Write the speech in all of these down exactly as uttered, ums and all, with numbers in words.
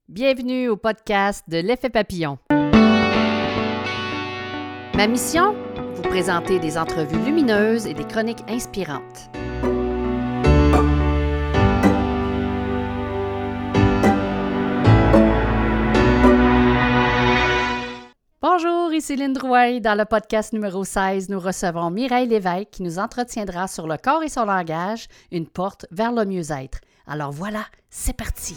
Bienvenue au podcast de l'Effet Papillon. Ma mission? Vous présenter des entrevues lumineuses et des chroniques inspirantes. Bonjour, ici Lynne Drouin. Dans le podcast numéro seize, nous recevons Mireille Lévesque qui nous entretiendra sur le corps et son langage, une porte vers le mieux-être. Alors voilà, c'est parti!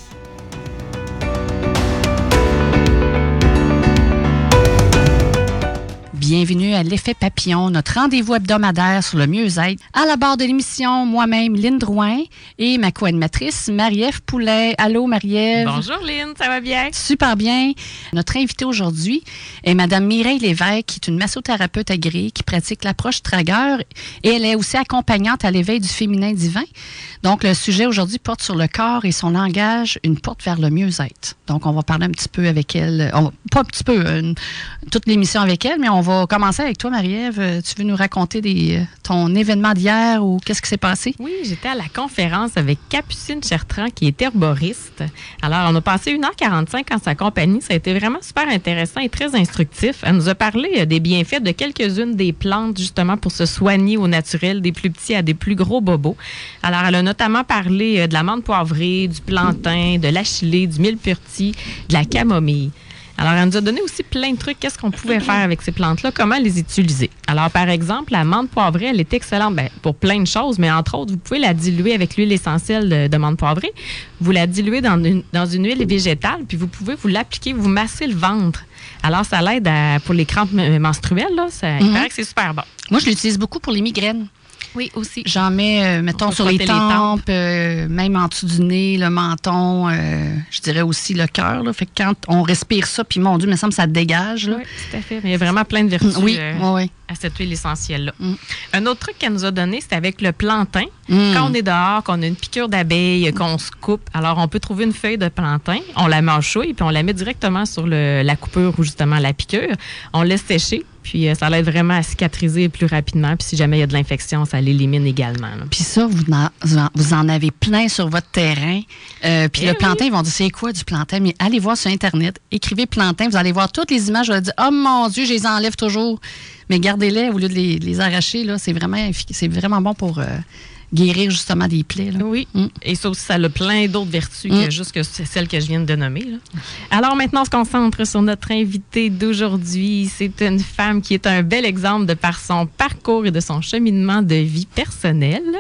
Bienvenue à l'Effet Papillon, notre rendez-vous hebdomadaire sur le mieux-être. À la barre de l'émission, moi-même, Lynne Drouin et ma co-animatrice, Marie-Ève Poulet. Allô, Marie-Ève. Bonjour, Lynne, ça va bien? Super bien. Notre invitée aujourd'hui est Mme Mireille Lévesque, qui est une massothérapeute agréée qui pratique l'approche Trager et elle est aussi accompagnante à l'éveil du féminin divin. Donc, le sujet aujourd'hui porte sur le corps et son langage, une porte vers le mieux-être. Donc, on va parler un petit peu avec elle, on va, pas un petit peu, une, toute l'émission avec elle, mais on va On va commencer avec toi, Marie-Ève. Tu veux nous raconter des, ton événement d'hier ou qu'est-ce qui s'est passé? Oui, j'étais à la conférence avec Capucine Chertrand, qui est herboriste. Alors, on a passé une heure quarante-cinq en sa compagnie. Ça a été vraiment super intéressant et très instructif. Elle nous a parlé des bienfaits de quelques-unes des plantes, justement, pour se soigner au naturel, des plus petits à des plus gros bobos. Alors, elle a notamment parlé de la menthe poivrée, du plantain, de l'achillée, du millepertuis, de la camomille. Alors, elle nous a donné aussi plein de trucs. Qu'est-ce qu'on pouvait faire avec ces plantes-là? Comment les utiliser? Alors, par exemple, la menthe poivrée, elle est excellente ben, pour plein de choses, mais entre autres, vous pouvez la diluer avec l'huile essentielle de, de menthe poivrée. Vous la diluez dans une, dans une huile végétale, puis vous pouvez vous l'appliquer, vous massez le ventre. Alors, ça l'aide à, pour les crampes menstruelles. Là, ça, mm-hmm. Il paraît que c'est super bon. Moi, je l'utilise beaucoup pour les migraines. Oui, aussi. J'en mets, euh, mettons, sur les tempes, les tempes. Euh, même en dessous du nez, le menton, euh, je dirais aussi le cœur. Là. Fait que quand on respire ça, puis mon Dieu, il me semble que ça dégage. Là. Oui, tout à fait. Mais il y a vraiment plein de vertus oui, euh, oui. à cette huile essentielle-là. Mm. Un autre truc qu'elle nous a donné, c'est avec le plantain. Mm. Quand on est dehors, qu'on a une piqûre d'abeille, qu'on se coupe, alors on peut trouver une feuille de plantain, on la mâchouille, puis on la met directement sur le, la coupure ou justement la piqûre. On laisse sécher. Puis euh, ça l'aide vraiment à cicatriser plus rapidement. Puis si jamais il y a de l'infection, ça l'élimine également. Là. Puis ça, vous en, vous en avez plein sur votre terrain. Euh, puis eh le oui. plantain, ils vont dire, c'est quoi du plantain? Mais allez voir sur Internet, écrivez plantain, vous allez voir toutes les images, vous allez dire, oh mon Dieu, je les enlève toujours. Mais gardez-les au lieu de les, les arracher. Là, c'est vraiment, c'est vraiment bon pour euh, guérir justement des plaies. Là. Oui. Mm. Et ça aussi, ça a plein d'autres vertus mm. que juste que c'est celle que je viens de nommer. Là. Alors maintenant, on se concentre sur notre invitée d'aujourd'hui. C'est une femme qui est un bel exemple de par son parcours et de son cheminement de vie personnelle.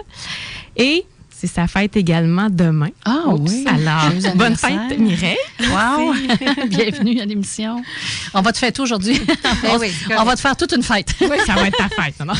Et c'est sa fête également demain. Ah Oups. oui. Alors, bonne fête, Mireille. Wow. Bienvenue à l'émission. On va te fêter aujourd'hui. on, oui, on va te faire toute une fête. Oui, ça va être ta fête, non?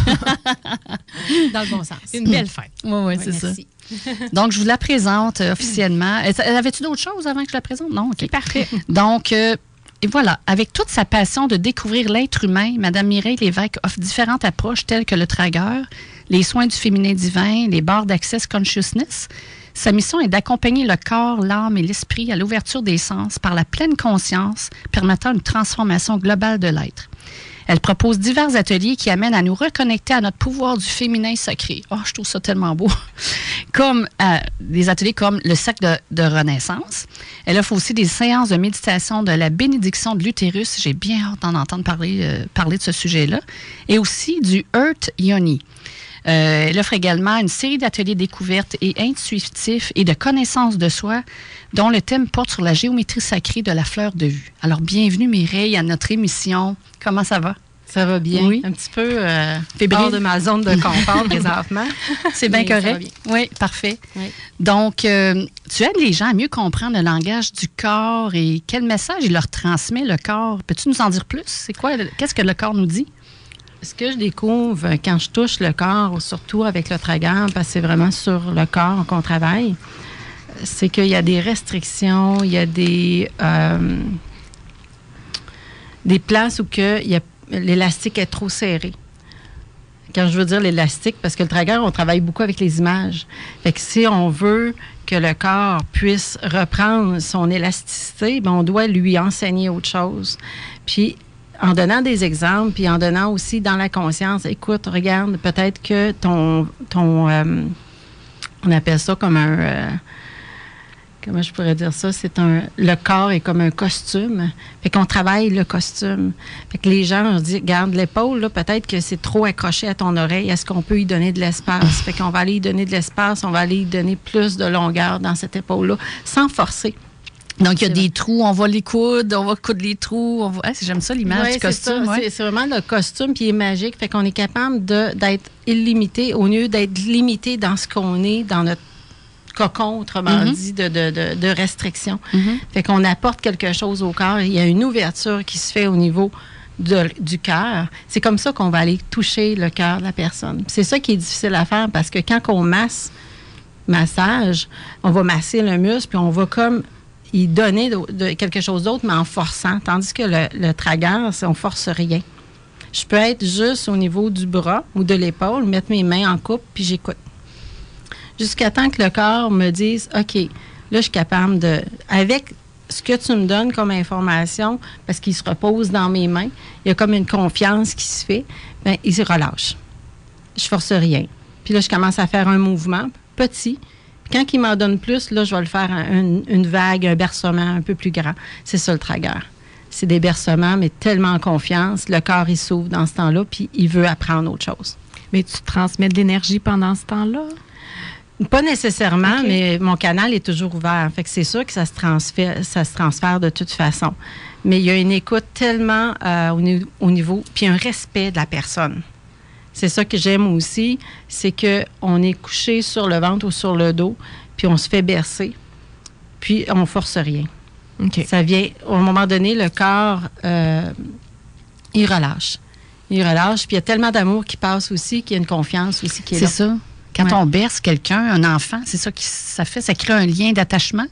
Dans le bon sens. Une belle fête. Oui, oui, c'est merci. ça. Donc, je vous la présente euh, officiellement. Avais-tu d'autres choses avant que je la présente? Non? OK. C'est parfait. Donc, euh, et voilà, avec toute sa passion de découvrir l'être humain, Mme Mireille Lévesque offre différentes approches telles que le Trager, les soins du féminin divin, les barres d'Access Consciousness. Sa mission est d'accompagner le corps, l'âme et l'esprit à l'ouverture des sens par la pleine conscience, permettant une transformation globale de l'être. Elle propose divers ateliers qui amènent à nous reconnecter à notre pouvoir du féminin sacré. Oh, je trouve ça tellement beau. Comme euh, des ateliers comme le cercle de, de renaissance. Elle offre aussi des séances de méditation de la bénédiction de l'utérus. J'ai bien hâte d'en entendre parler, euh, parler de ce sujet-là. Et aussi du Earth Yoni. Euh, elle offre également une série d'ateliers découvertes et intuitifs et de connaissances de soi dont le thème porte sur la géométrie sacrée de la fleur de vue. Alors, bienvenue Mireille à notre émission. Comment ça va? Ça va bien. Oui. Un petit peu euh, Fébrile. hors de ma zone de confort présentement. C'est bien correct. Bien. Oui, parfait. Oui. Donc, euh, tu aides les gens à mieux comprendre le langage du corps et quel message il leur transmet, le corps. Peux-tu nous en dire plus? C'est quoi? Qu'est-ce que le corps nous dit? Ce que je découvre quand je touche le corps, surtout avec le Trager, parce que c'est vraiment sur le corps qu'on travaille, c'est qu'il y a des restrictions, il y a des, euh, des places où que il y a, l'élastique est trop serré. Quand je veux dire l'élastique, parce que le Trager, on travaille beaucoup avec les images. Fait que si on veut que le corps puisse reprendre son élasticité, bien, on doit lui enseigner autre chose. Puis, en donnant des exemples, puis en donnant aussi dans la conscience, écoute, regarde, peut-être que ton, ton euh, on appelle ça comme un, euh, comment je pourrais dire ça, c'est un, le corps est comme un costume. Fait qu'on travaille le costume. Fait que les gens, on se dit, garde l'épaule, là, peut-être que c'est trop accroché à ton oreille. Est-ce qu'on peut y donner de l'espace? Fait qu'on va aller y donner de l'espace, on va aller y donner plus de longueur dans cette épaule-là, sans forcer. Donc, il y a C'est des vrai. trous, on va les coudre, on va coudre les trous. On va... ah, j'aime ça, l'image Ouais, du costume. C'est, ça. Ouais. C'est, c'est vraiment le costume qui est magique. Fait qu'on est capable de, d'être illimité au lieu d'être limité dans ce qu'on est, dans notre cocon, autrement Mm-hmm. dit, de, de, de, de restriction. Mm-hmm. Fait qu'on apporte quelque chose au corps. Il y a une ouverture qui se fait au niveau de, du cœur. C'est comme ça qu'on va aller toucher le cœur de la personne. C'est ça qui est difficile à faire parce que quand on masse, massage, on va masser le muscle, puis on va comme y donner de, de quelque chose d'autre, mais en forçant. Tandis que le, le tragueur, c'est on force rien. Je peux être juste au niveau du bras ou de l'épaule, mettre mes mains en coupe, puis j'écoute. Jusqu'à temps que le corps me dise, OK, là, je suis capable de... Avec ce que tu me donnes comme information, parce qu'il se repose dans mes mains, il y a comme une confiance qui se fait, bien, il se relâche. Je force rien. Puis là, je commence à faire un mouvement petit. Puis quand il m'en donne plus, là, je vais le faire un, une, une vague, un bercement un peu plus grand. C'est ça, le tragueur. C'est des bercements, mais tellement en confiance. Le corps, il s'ouvre dans ce temps-là, puis il veut apprendre autre chose. Mais tu transmets de l'énergie pendant ce temps-là? Pas nécessairement, OK. mais mon canal est toujours ouvert. Fait que c'est sûr que ça se transfère, ça se transfère de toute façon. Mais il y a une écoute tellement euh, au, ni- au niveau, puis un respect de la personne. C'est ça que j'aime aussi, c'est que on est couché sur le ventre ou sur le dos, puis on se fait bercer, puis on force rien. OK. Ça vient, au moment donné, le corps, euh, il relâche. Il relâche, puis il y a tellement d'amour qui passe aussi, qu'il y a une confiance aussi qui est, C'est là. ça. Quand Ouais. on berce quelqu'un, un enfant, c'est ça que ça fait. Ça crée un lien d'attachement,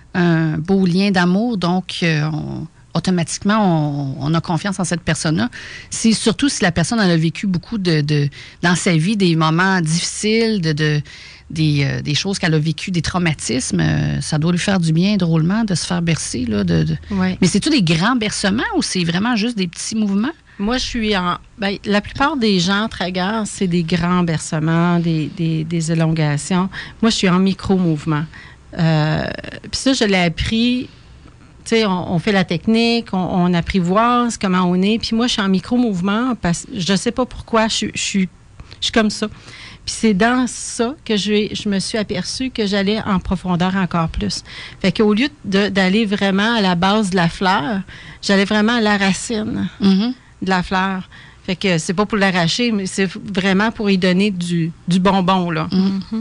un beau lien d'amour. Donc, euh, on- automatiquement, on, on a confiance en cette personne-là. C'est surtout si la personne elle a vécu beaucoup de, de dans sa vie, des moments difficiles, de, de des, euh, des choses qu'elle a vécues, des traumatismes. euh, ça doit lui faire du bien drôlement de se faire bercer. Là, de, de- Ouais. Mais c'est-tu des grands bercements ou c'est vraiment juste des petits mouvements? Moi, je suis en. Ben, la plupart des gens tragueurs, c'est des grands bercements, des, des, des élongations. Moi, je suis en micro-mouvement. Euh, Puis ça, je l'ai appris. Tu sais, on, on fait la technique, on, on apprivoise comment on est. Puis moi, je suis en micro-mouvement parce que je ne sais pas pourquoi je, suis- je, suis, je suis comme ça. Puis c'est dans ça que je, je me suis aperçue que j'allais en profondeur encore plus. Fait qu'au lieu de- d'aller vraiment à la base de la fleur, j'allais vraiment à la racine Mhm. de la fleur. Fait que c'est pas pour l'arracher, mais c'est vraiment pour y donner du, du bonbon, là.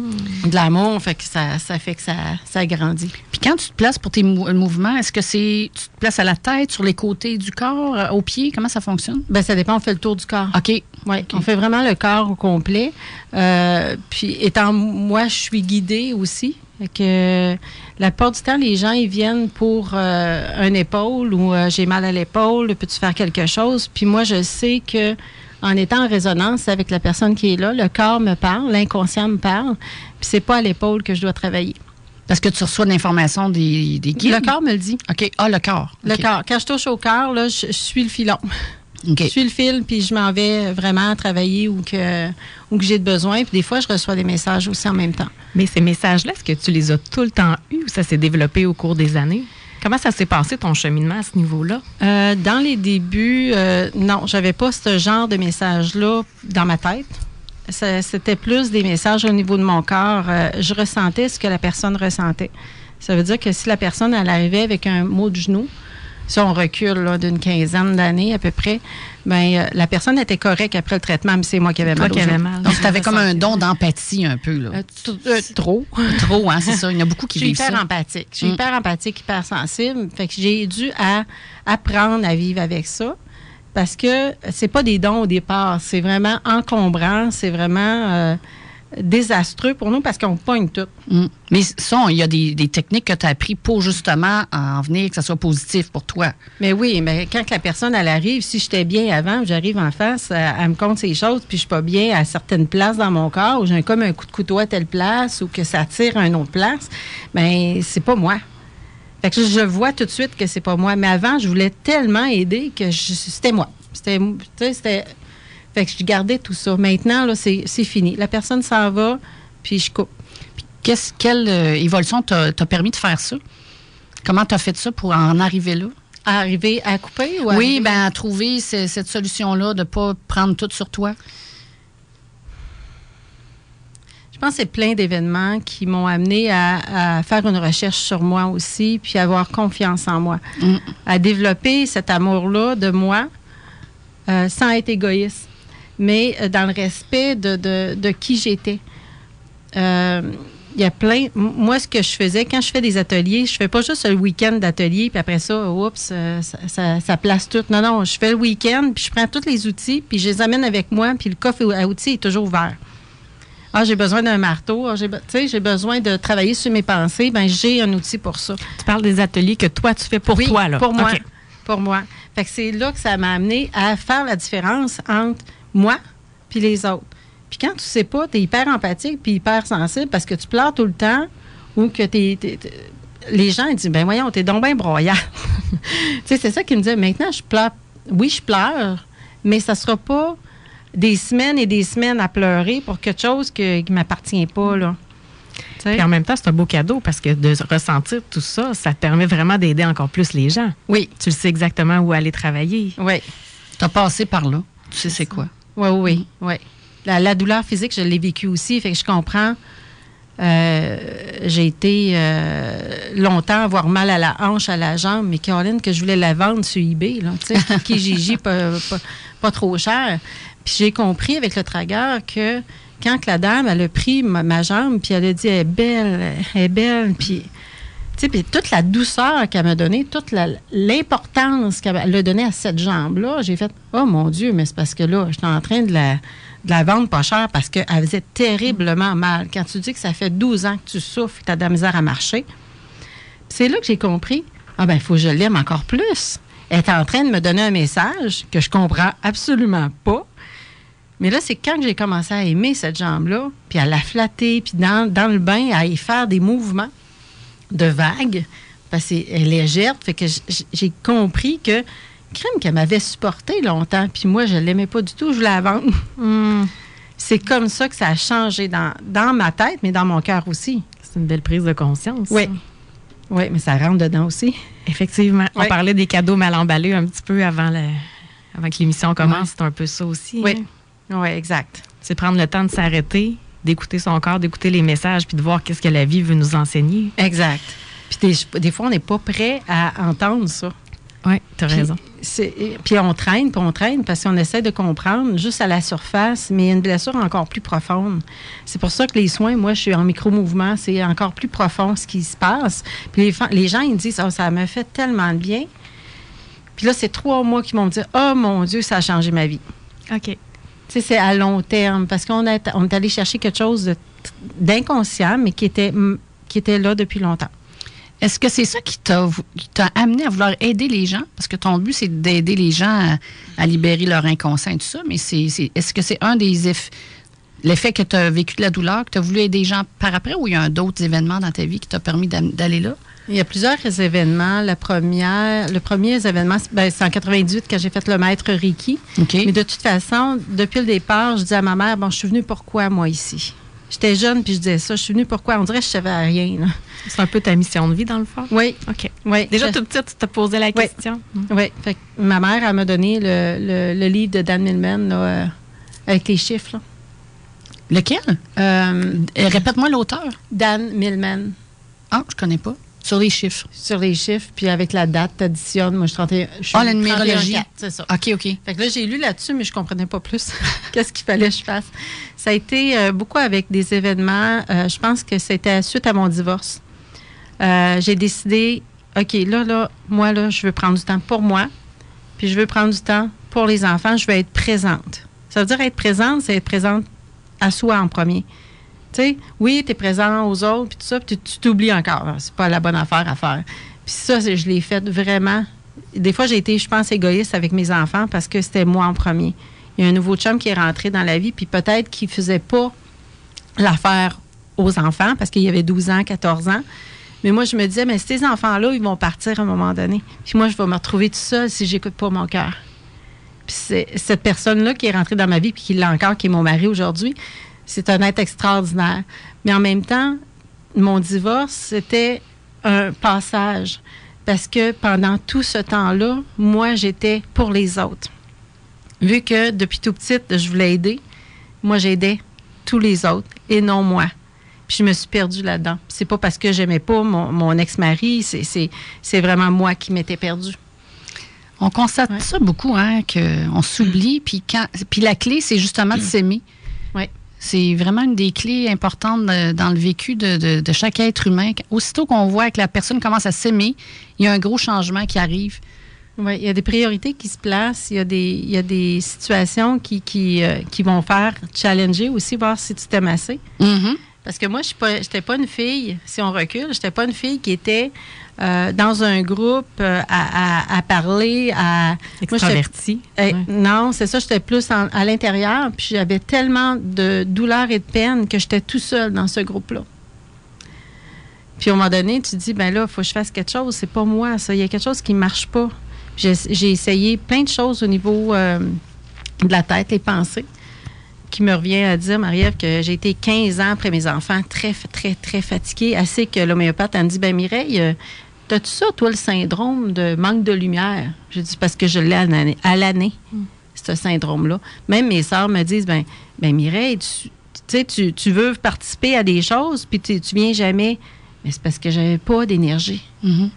De l'amour, fait que ça, ça fait que ça, ça grandit. Puis quand tu te places pour tes mou- mouvements, est-ce que c'est tu te places à la tête, sur les côtés du corps, euh, aux pieds? Comment ça fonctionne? Ben ça dépend, on fait le tour du corps. OK. Oui, on fait vraiment le corps au complet. Euh, puis étant moi, je suis guidée aussi. Fait que la plupart du temps, les gens, ils viennent pour euh, une épaule ou euh, j'ai mal à l'épaule, peux-tu faire quelque chose? Puis moi, je sais que en étant en résonance avec la personne qui est là, le corps me parle, l'inconscient me parle, puis c'est pas à l'épaule que je dois travailler. Parce que tu reçois de l'information des, des guides? Le corps me le dit. OK. Ah, le corps. Le OK. corps. Quand je touche au cœur, là, je, je suis le filon. OK. Je suis le fil, puis je m'en vais vraiment travailler où que, où que j'ai de besoin. Puis des fois, je reçois des messages aussi en même temps. Mais ces messages-là, est-ce que tu les as tout le temps eus ou ça s'est développé au cours des années? Comment ça s'est passé, ton cheminement à ce niveau-là? Euh, dans les débuts, euh, non, j'avais pas ce genre de message-là dans ma tête. Ça- C'était plus des messages au niveau de mon corps. Euh, je ressentais ce que la personne ressentait. Ça veut dire que si la personne, elle arrivait avec un mot de genou, si on recule là, d'une quinzaine d'années à peu près, ben euh, la personne était correcte après le traitement, mais c'est moi qui avais mal Toi au qui avais genou. mal. Donc, tu avais comme un don d'empathie un peu. Là. Euh, t- euh, trop. Trop, hein, c'est ça. Il y en a beaucoup qui Je suis vivent hyper ça. empathique. Je suis Mm. hyper empathique, hyper sensible. Fait que j'ai dû à, apprendre à vivre avec ça parce que c'est pas des dons au départ. C'est vraiment encombrant. C'est vraiment euh, désastreux pour nous parce qu'on pogne tout. Mm. Mais ça, il y a des, des techniques que tu as appris pour justement en venir que ça soit positif pour toi. Mais oui, mais quand que la personne, elle arrive, si j'étais bien avant, j'arrive en face, elle, elle me compte ces choses, puis je suis pas bien à certaines places dans mon corps, ou j'ai comme un coup de couteau à telle place, ou que ça tire à une autre place, bien, c'est pas moi. Fait que je vois tout de suite que c'est pas moi. Mais avant, je voulais tellement aider que je- c'était moi. C'était, tu sais, c'était... Fait que je gardais tout ça. Maintenant, là, c'est, c'est fini. La personne s'en va, puis je coupe. Qu'est-ce, quelle euh, évolution t'a, t'a permis de faire ça? Comment t'as fait ça pour en arriver là? À arriver à couper ou à Oui, arriver... bien, à trouver c- cette solution-là de ne pas prendre tout sur toi. Je pense que c'est plein d'événements qui m'ont amené à, à faire une recherche sur moi aussi, puis avoir confiance en moi. Mm. À développer cet amour-là de moi euh, sans être égoïste, mais euh, dans le respect de, de, de qui j'étais. Euh, Il y a plein... Moi, ce que je faisais, quand je fais des ateliers, je fais pas juste le week-end d'atelier, puis après ça, oups, euh, ça, ça, ça place tout. Non, non, je fais le week-end, puis je prends tous les outils, puis je les amène avec moi, puis le coffre à outils est toujours ouvert. Ah, j'ai besoin d'un marteau. Ah, j'ai, be- tu sais, j'ai besoin de travailler sur mes pensées. Ben, j'ai un outil pour ça. Tu parles des ateliers que toi, tu fais pour Oui, toi, là. pour moi. OK. Pour moi. Fait que c'est là que ça m'a amené à faire la différence entre moi puis les autres. Puis quand tu sais pas, tu es hyper empathique puis hyper sensible parce que tu pleures tout le temps ou que t'es, t'es, t'es- les gens ils disent, ben voyons, t'es donc bien broyant. Tu sais, c'est ça qu'ils me disaient. Maintenant, je pleure. Oui, je pleure, mais ça sera pas des semaines et des semaines à pleurer pour quelque chose que, qui ne m'appartient pas, là. Tu sais? Puis en même temps, c'est un beau cadeau parce que de ressentir tout ça, ça te permet vraiment d'aider encore plus les gens. Oui, Tu le sais exactement où aller travailler. oui. T'as passé par là. Tu sais c'est quoi. Oui, oui, oui. La, la douleur physique, je l'ai vécue aussi, fait que je comprends. Euh, j'ai été euh, longtemps avoir mal à la hanche, à la jambe, mais Caroline, que je voulais la vendre sur eBay, là, tu sais, Kijiji, pas, pas, pas trop cher. Puis j'ai compris avec le tragueur que quand que la dame, elle a pris ma, ma jambe, puis elle a dit, elle est belle, elle est belle, puis... Tu sais, puis toute la douceur qu'elle m'a donnée, toute la- l'importance qu'elle a donnée à cette jambe-là, j'ai fait « Oh mon Dieu, mais c'est parce que là, j'étais en train de la, de la vendre pas cher parce qu'elle faisait terriblement mal. » Quand tu dis que ça fait douze ans que tu souffres et que tu as de la misère à marcher, c'est là que j'ai compris « Ah ben, il faut que je l'aime encore plus. » Elle est en train de me donner un message que je comprends absolument pas. Mais là, c'est quand j'ai commencé à aimer cette jambe-là, puis à la flatter, puis dans, dans le bain, à y faire des mouvements de vagues, parce qu'elle est légère, fait que j- j'ai compris que crème qu'elle m'avait supporté longtemps, puis moi, je ne l'aimais pas du tout, je voulais la vendre. Hum, C'est comme ça que ça a changé dans, dans ma tête, mais dans mon cœur aussi. c'est une belle prise de conscience. Oui. Oui, mais ça rentre dedans aussi. Effectivement. Oui. On parlait des cadeaux mal emballés un petit peu avant, le, avant que l'émission commence. Oui. C'est un peu ça aussi. Oui. hein. Oui, exact. C'est prendre le temps de s'arrêter, d'écouter son corps, d'écouter les messages, puis de voir qu'est-ce que la vie veut nous enseigner. Exact. Puis des, des fois, on n'est pas prêt à entendre ça. Oui, tu as Puis, raison. c'est- puis on traîne, puis on traîne parce qu'on essaie de comprendre juste à la surface, mais il y a une blessure encore plus profonde. C'est pour ça que les soins, moi, je suis en micro-mouvement, c'est encore plus profond ce qui se passe. Puis les, fa- les gens, ils me disent, oh, ça m'a fait tellement de bien. Puis là, c'est trois mois qu'ils m'ont dit, oh mon Dieu, ça a changé ma vie. OK. Tu sais, c'est à long terme parce qu'on est, on est allé chercher quelque chose de- d'inconscient, mais qui était, qui était là depuis longtemps. Est-ce que c'est ça qui t'a, vou- qui t'a amené à vouloir aider les gens? Parce que ton but, c'est d'aider les gens à, à libérer leur inconscient et tout ça, mais c'est, c'est- est-ce que c'est un des effets, l'effet que tu as vécu de la douleur, que tu as voulu aider les gens par après, ou il y a un d'autres événements dans ta vie qui t'a permis d'am- d'aller là? Il y a plusieurs événements. La première, le premier événement, c'est ben, c'est en quatre-vingt-dix-huit quand j'ai fait le maître Reiki. OK. Mais de toute façon, depuis le départ, je dis à ma mère, bon, je suis venue pourquoi, moi, ici? J'étais jeune, puis je disais ça. Je suis venue pourquoi? On dirait que je savais rien, là. C'est un peu ta mission de vie, dans le fond? Oui, OK. oui. Déjà, Je- tout petit, tu te posais la question. Hum. Oui. Fait que ma mère, elle m'a donné le, le- le livre de Dan Millman, là, euh, avec les chiffres, là. Lequel? Euh, Euh, répète-moi l'auteur. Dan Millman. Ah, je connais pas. Sur les chiffres. Sur les chiffres, puis avec la date, t'additionnes. Moi, je suis trente et un. je suis Ah, la numérologie. trente et un quatre, c'est ça. OK, OK. Fait que là, j'ai lu là-dessus, mais je comprenais pas plus qu'est-ce qu'il fallait que je fasse. Ça a été euh, beaucoup avec des événements. euh, je pense que c'était suite à mon divorce. Euh, j'ai décidé, OK, là, là, moi, là, je veux prendre du temps pour moi, puis je veux prendre du temps pour les enfants. Je veux être présente. Ça veut dire être présente, c'est être présente à soi en premier. Tu sais, oui, tu es présent aux autres, puis tout ça, puis tu tu t'oublies encore. C'est pas la bonne affaire à faire. Puis ça, c'est- je l'ai fait vraiment. Des fois, j'ai été, je pense, égoïste avec mes enfants parce que c'était moi en premier. Il y a un nouveau chum qui est rentré dans la vie, puis peut-être qu'il faisait pas l'affaire aux enfants parce qu'il y avait douze ans, quatorze ans. Mais moi, je me disais, mais ces enfants-là, ils vont partir à un moment donné. Puis moi, je vais me retrouver tout seul si j'écoute pas mon cœur. Puis c'est cette personne-là qui est rentrée dans ma vie, puis qui l'a encore, qui est mon mari aujourd'hui, c'est un être extraordinaire. Mais en même temps, mon divorce, c'était un passage. Parce que pendant tout ce temps-là, moi, j'étais pour les autres. Vu que depuis tout petite, je voulais aider, moi, j'aidais tous les autres et non moi. Puis je me suis perdue là-dedans. C'est pas parce que j'aimais pas mon, mon ex-mari, c'est, c'est, c'est vraiment moi qui m'étais perdue. On constate Ouais. ça beaucoup, hein, qu'on s'oublie. Puis, quand, puis la clé, c'est justement de s'aimer. Oui. C'est vraiment une des clés importantes de- dans le vécu de, de- de chaque être humain. Aussitôt qu'on voit que la personne commence à s'aimer, il y a un gros changement qui arrive. Oui, il y a des priorités qui se placent, il y a des, il y a des situations qui, qui, euh, qui vont faire challenger aussi, voir si tu t'aimes assez. Mhm. Parce que moi, je n'étais pas une fille, si on recule, je n'étais pas une fille qui était euh, dans un groupe euh, à, à, à parler, à... Extraverti. Moi, j'étais- Ouais. eh, non, c'est ça, j'étais plus en- à l'intérieur, puis j'avais tellement de douleur et de peine que j'étais tout seul dans ce groupe-là. Puis à un moment donné, tu te dis, ben là, il faut que je fasse quelque chose, c'est pas moi, ça, il y a quelque chose qui ne marche pas. J'ai, j'ai essayé plein de choses au niveau euh, de la tête, les pensées, qui me revient à dire, Marie-Ève, que j'ai été quinze ans après mes enfants, très, très, très fatiguée, assez que l'homéopathe, elle me dit, ben Mireille, euh, t'as-tu ça, toi, le syndrome de manque de lumière? J'ai dit, parce que je l'ai à l'année, à l'année Mm. ce syndrome-là. Même mes sœurs me disent, ben, ben Mireille, tu, tu sais, tu, tu veux participer à des choses, puis tu, tu viens jamais. Mais c'est parce que j'avais pas d'énergie. Mhm.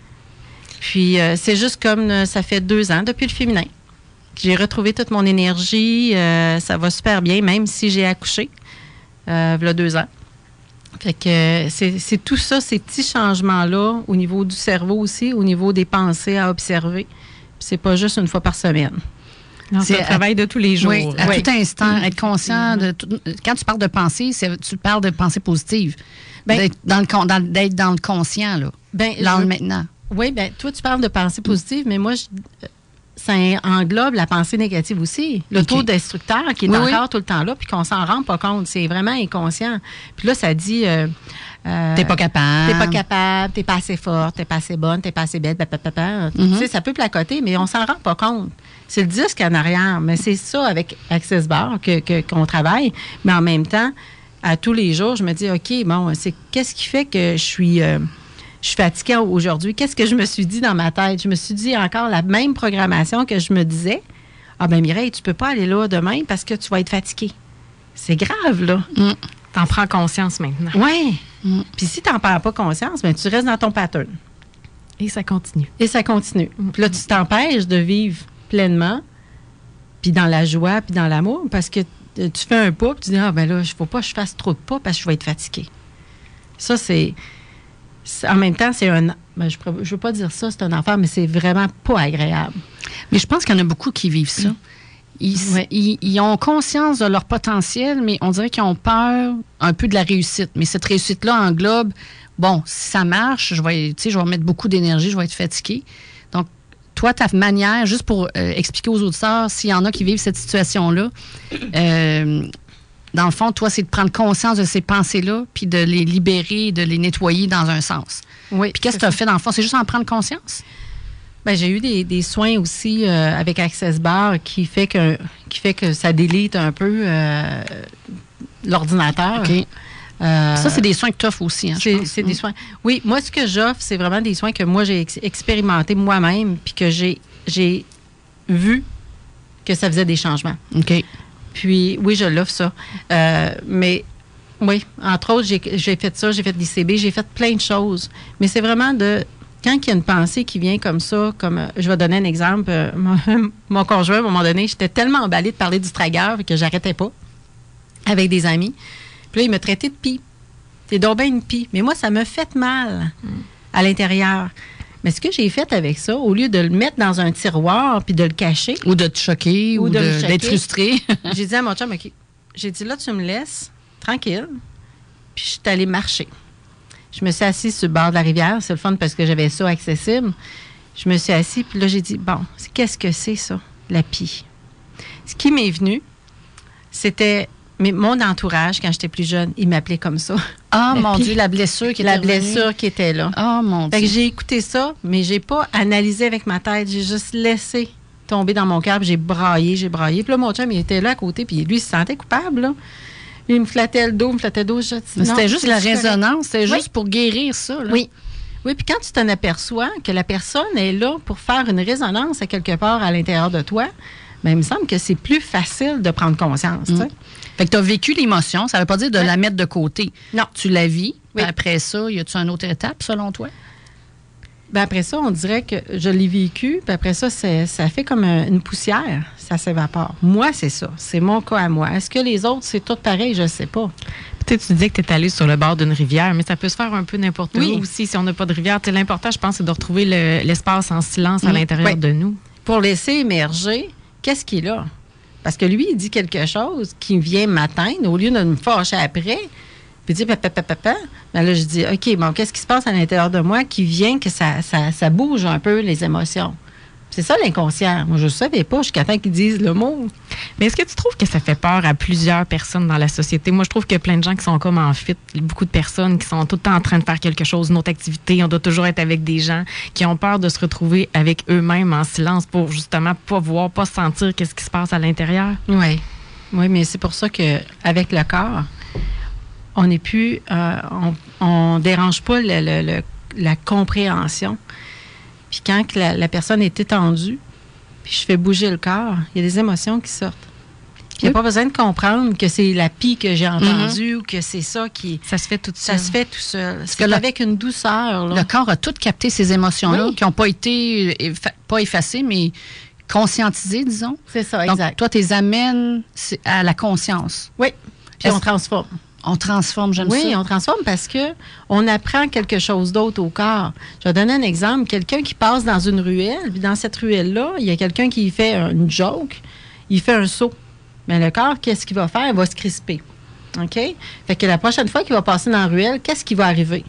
Puis euh, c'est juste comme euh, ça fait deux ans depuis le féminin. J'ai retrouvé toute mon énergie. euh, ça va super bien, même si j'ai accouché euh, il y a deux ans. Fait que euh, c'est, c'est tout ça, ces petits changements-là, au niveau du cerveau aussi, au niveau des pensées à observer. Puis c'est pas juste une fois par semaine. Non, c'est C'est un travail de tous les jours. Oui, à Oui. tout instant, être conscient de tout- quand tu parles de pensée, c'est- tu parles de pensée positive. Ben- d'être, dans le, con- dans, d'être dans le conscient, là, Ben, dans je- le maintenant. Oui, bien, toi, tu parles de pensée positive, mais moi, je- ça englobe la pensée négative aussi. Le OK. taux destructeur qui est Oui, encore oui. tout le temps là, puis qu'on s'en rend pas compte. C'est vraiment inconscient. Puis là, ça dit... Euh, euh, T'es pas capable. T'es pas capable, t'es pas assez forte, t'es pas assez bonne, t'es pas assez belle, papapapa. Mhm. Tu sais, ça peut placoter, mais on s'en rend pas compte. C'est le disque en arrière, mais c'est ça avec Access Bar que, que- qu'on travaille. Mais en même temps, à tous les jours, je me dis, OK, bon, c'est qu'est-ce qui fait que je suis... euh, je suis fatiguée aujourd'hui. Qu'est-ce que je me suis dit dans ma tête? Je me suis dit encore la même programmation que je me disais. Ah ben Mireille, tu peux pas aller là demain parce que tu vas être fatiguée. C'est grave, là. Mm. T'en prends conscience maintenant. Oui. Mm. Puis si tu n'en perds pas conscience, ben tu restes dans ton pattern. Et ça continue. Et ça continue. Puis là, tu t'empêches de vivre pleinement, puis dans la joie, puis dans l'amour, parce que euh, tu fais un pas, puis tu dis, ah ben là, il ne faut pas que je fasse trop de pas parce que je vais être fatiguée. Ça, c'est... c'est- en même temps, c'est un... Ben, je ne veux pas dire ça, c'est un enfer, mais c'est vraiment pas agréable. Mais je pense qu'il y en a beaucoup qui vivent ça. Ils, s- Ouais. ils- ils ont conscience de leur potentiel, mais on dirait qu'ils ont peur un peu de la réussite. Mais cette réussite-là englobe, bon, si ça marche, je vais, tu sais, je vais mettre beaucoup d'énergie, je vais être fatiguée. Donc, toi, ta manière, juste pour euh, expliquer aux auditeurs, s'il y en a qui vivent cette situation-là, euh, dans le fond, toi, c'est de prendre conscience de ces pensées-là, puis de les libérer, de les nettoyer dans un sens. Oui. Puis qu'est-ce que tu as fait, dans le fond? C'est juste en prendre conscience? Ben, j'ai eu des, des soins aussi euh, avec Access Bar qui fait que, qui fait que ça délite un peu euh, l'ordinateur. OK. Euh, Ça, c'est des soins que tu offres aussi, hein, je C'est, pense. c'est des soins. Oui, moi, ce que j'offre, c'est vraiment des soins que moi, j'ai ex- expérimenté moi-même, puis que j'ai, j'ai vu que ça faisait des changements. OK. Puis, oui, je l'offre, ça. Euh, mais, oui, entre autres, j'ai, j'ai fait ça, j'ai fait des C B, j'ai fait plein de choses. Mais c'est vraiment de... Quand il y a une pensée qui vient comme ça, comme... euh, je vais donner un exemple. euh, mon, mon conjoint, à un moment donné, j'étais tellement emballée de parler du tragueur que j'arrêtais pas avec des amis. Puis là, il me traitait de pie. T'es donc bien une pie. Mais moi, ça me fait mal à l'intérieur. Mais ce que j'ai fait avec ça, au lieu de le mettre dans un tiroir puis de le cacher, Ou de te choquer, ou, Ou de de- me choquer. d'être frustré. j'ai dit à mon chum, OK, j'ai dit là, tu me laisses tranquille, puis je suis allée marcher. Je me suis assise sur le bord de la rivière. C'est le fun parce que j'avais ça accessible. Je me suis assise, puis là, j'ai dit, bon, c'est- qu'est-ce que c'est ça, la pie? Ce qui m'est venu, c'était mais mon entourage, quand j'étais plus jeune, il m'appelait comme ça. Ah, La mon pie. Dieu, la blessure qui est La revenue. blessure qui était là. Ah, mon Fait Dieu. que j'ai écouté ça, mais j'ai pas analysé avec ma tête. J'ai juste laissé tomber dans mon cœur, puis j'ai braillé, j'ai braillé. Puis là, mon chum, il était là à côté, puis lui, il se sentait coupable, là. il me flattait le dos, il me flattait le dos. Je dis, Mais non, c'était juste c'est la correct. résonance, c'était Oui. juste pour guérir ça. Là. Oui. Oui, puis quand tu t'en aperçois que la personne est là pour faire une résonance à quelque part à l'intérieur de toi, bien, il me semble que c'est plus facile de prendre conscience. tu sais. Mm. Fait que tu as vécu l'émotion, ça ne veut pas dire de Ouais. la mettre de côté. Non. Tu la vis, Oui. puis après ça, y a-tu une autre étape selon toi? Ben après ça, on dirait que je l'ai vécu, puis après ça, c'est, ça fait comme un- une poussière, ça s'évapore. Moi, c'est ça. C'est mon cas à moi. Est-ce que les autres, c'est tout pareil? Je ne sais pas. Peut-être tu disais que tu es allé sur le bord d'une rivière, mais ça peut se faire un peu n'importe Oui. où aussi si on n'a pas de rivière. Tu sais, l'important, je pense, c'est de retrouver le- l'espace en silence à Mm. l'intérieur Oui. de nous. Pour laisser émerger, qu'est-ce qu'il a? Parce que lui, il dit quelque chose qui vient m'atteindre au lieu de me fâcher après. Puis il dit papa, papa, papa. Ben là, je dis, OK, bon, qu'est-ce qui se passe à l'intérieur de moi qui vient que ça, ça, ça bouge un peu les émotions? C'est ça l'inconscient. Moi, je ne savais pas jusqu'à temps qu'ils disent le mot. Mais est-ce que tu trouves que ça fait peur à plusieurs personnes dans la société? Moi, je trouve qu'il y a plein de gens qui sont comme en fuite. Beaucoup de personnes qui sont tout le temps en train de faire quelque chose, une autre activité. On doit toujours être avec des gens qui ont peur de se retrouver avec eux-mêmes en silence pour justement pas voir, pas sentir qu'est-ce qui se passe à l'intérieur. Oui. Oui, mais c'est pour ça qu'avec le corps, on n'est plus. Euh, on ne dérange pas le- le- le- la compréhension. Puis quand que la, la personne est étendue, puis je fais bouger le corps, il y a des émotions qui sortent. Puis il n'y a Oui. pas besoin de comprendre que c'est la pie que j'ai entendue ou que c'est ça qui. Ça se fait tout Ça seul. se fait tout seul. que C'est le- avec une douceur. Là. Le corps a tout capté ces émotions-là Oui. qui n'ont pas été, effa- pas effacées, mais conscientisées, disons. C'est ça, Donc, exact. toi, tu les amènes c'est à la conscience. Oui. Puis Est-ce- on transforme. On transforme, j'aime Oui, ça. on transforme parce que on apprend quelque chose d'autre au corps. Je vais donner un exemple. Quelqu'un qui passe dans une ruelle, puis dans cette ruelle-là, il y a quelqu'un qui fait une joke, il fait un saut. Mais le corps, qu'est-ce qu'il va faire? Il va se crisper. OK? Fait que la prochaine fois qu'il va passer dans la ruelle, qu'est-ce qui va arriver?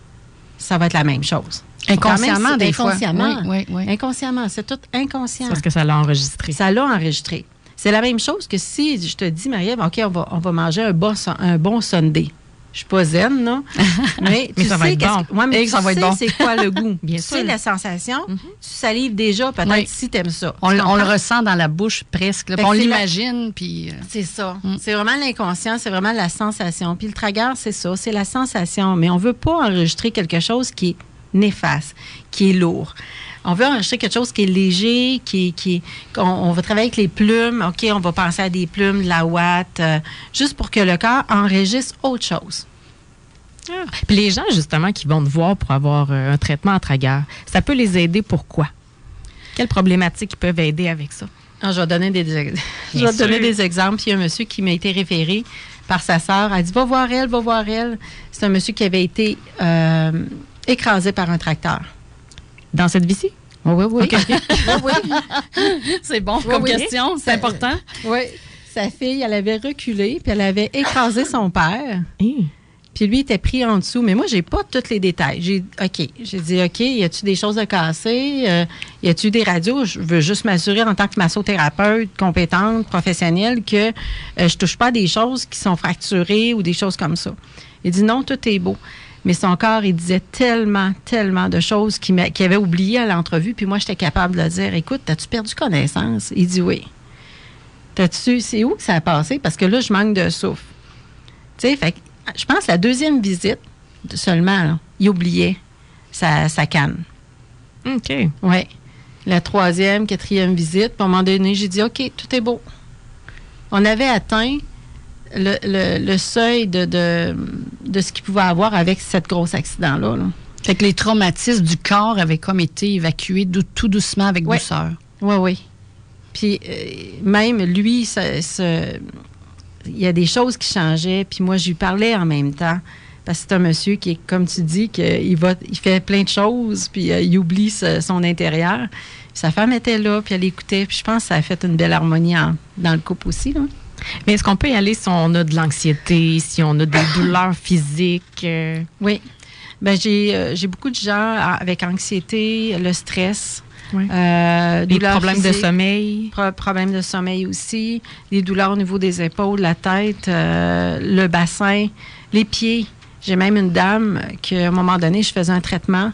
Ça va être la même chose. Inconsciemment, Quand même, c'est des fois. inconsciemment. Oui, oui, oui. Inconsciemment. C'est tout inconscient. Parce que ça l'a enregistré. Ça l'a enregistré. C'est la même chose que si je te dis, Marie-Ève, OK, on va, on va manger un bon, son- un bon sundae. Je suis pas zen, non? Mais, Mais tu ça va sais être qu'est-ce bon. que- ouais, mais Et tu ça va être sais bon. c'est quoi le goût. Bien tu sûr. sais la sensation. Mhm. Tu salives déjà, peut-être, Oui. si tu aimes ça. On, Tu on le comprends? ressent dans la bouche presque. là. Fait Puis on que c'est la- l'imagine, puis... euh, C'est ça. Mm. C'est vraiment l'inconscient, c'est vraiment la sensation. Puis le tragueur, c'est ça, c'est la sensation. Mais on veut pas enregistrer quelque chose qui est néfaste, qui est lourd. On veut enregistrer quelque chose qui est léger, qui est... Qui est- on, on va travailler avec les plumes. OK, on va penser à des plumes, de la ouate, euh, juste pour que le corps enregistre autre chose. Ah. Puis les gens, justement, qui vont te voir pour avoir euh, un traitement en tragueur, ça peut les aider pourquoi? Quelles problématiques ils peuvent aider avec ça? Ah, je vais donner des, je Bien vais te donner sûr. des exemples. Il y a un monsieur qui m'a été référé par sa sœur. Elle dit, va voir elle, va voir elle. C'est un monsieur qui avait été euh, écrasé par un tracteur. Dans cette vie-ci? Oui, oui, oui. oui, C'est bon Oui, comme oui. question, c'est Ça- important. oui. Sa fille, elle avait reculé, puis elle avait écrasé son père. Hi. Puis lui était pris en dessous. Mais moi, j'ai pas tous les détails. J'ai OK. J'ai dit OK, y a-tu des choses à casser? Euh, y a-tu des radios? Je veux juste m'assurer en tant que massothérapeute compétente, professionnelle, que euh, je touche pas à des choses qui sont fracturées ou des choses comme ça. Il dit non, tout est beau. Mais son corps, il disait tellement, tellement de choses qu'il m'a- qu'il avait oubliées à l'entrevue. Puis moi, j'étais capable de le dire. Écoute, as-tu perdu connaissance? Il dit oui. T'as-tu, c'est où que ça a passé? Parce que là, je manque de souffle. Tu sais, fait que je pense que la deuxième visite, seulement, là, il oubliait sa, sa canne. OK. Oui. La troisième, quatrième visite, puis à un moment donné, j'ai dit, OK, tout est beau. On avait atteint le, le- le seuil de, de, de ce qu'il pouvait avoir avec cet gros accident-là. là. Fait que les traumatismes du corps avaient comme été évacués dou- tout doucement avec Ouais. douceur. Oui, oui. Puis euh, même lui, ça- ça- il y a des choses qui changeaient, puis moi, je lui parlais en même temps. Parce que c'est un monsieur qui est, comme tu dis, qu'il va, il fait plein de choses, puis euh, il oublie ce- son intérieur. Sa femme était là, puis elle écoutait, puis je pense que ça a fait une belle harmonie en- dans le couple aussi. Là. Mais est-ce qu'on peut y aller si on a de l'anxiété, si on a des douleurs physiques? euh? Oui. Ben j'ai, euh, j'ai beaucoup de gens a- avec anxiété, le stress, Oui. euh, Des douleurs problèmes de physiques. sommeil? Pro- problèmes de sommeil aussi, les douleurs au niveau des épaules, la tête, euh, le bassin, les pieds. J'ai même une dame qu'à un moment donné, je faisais un traitement.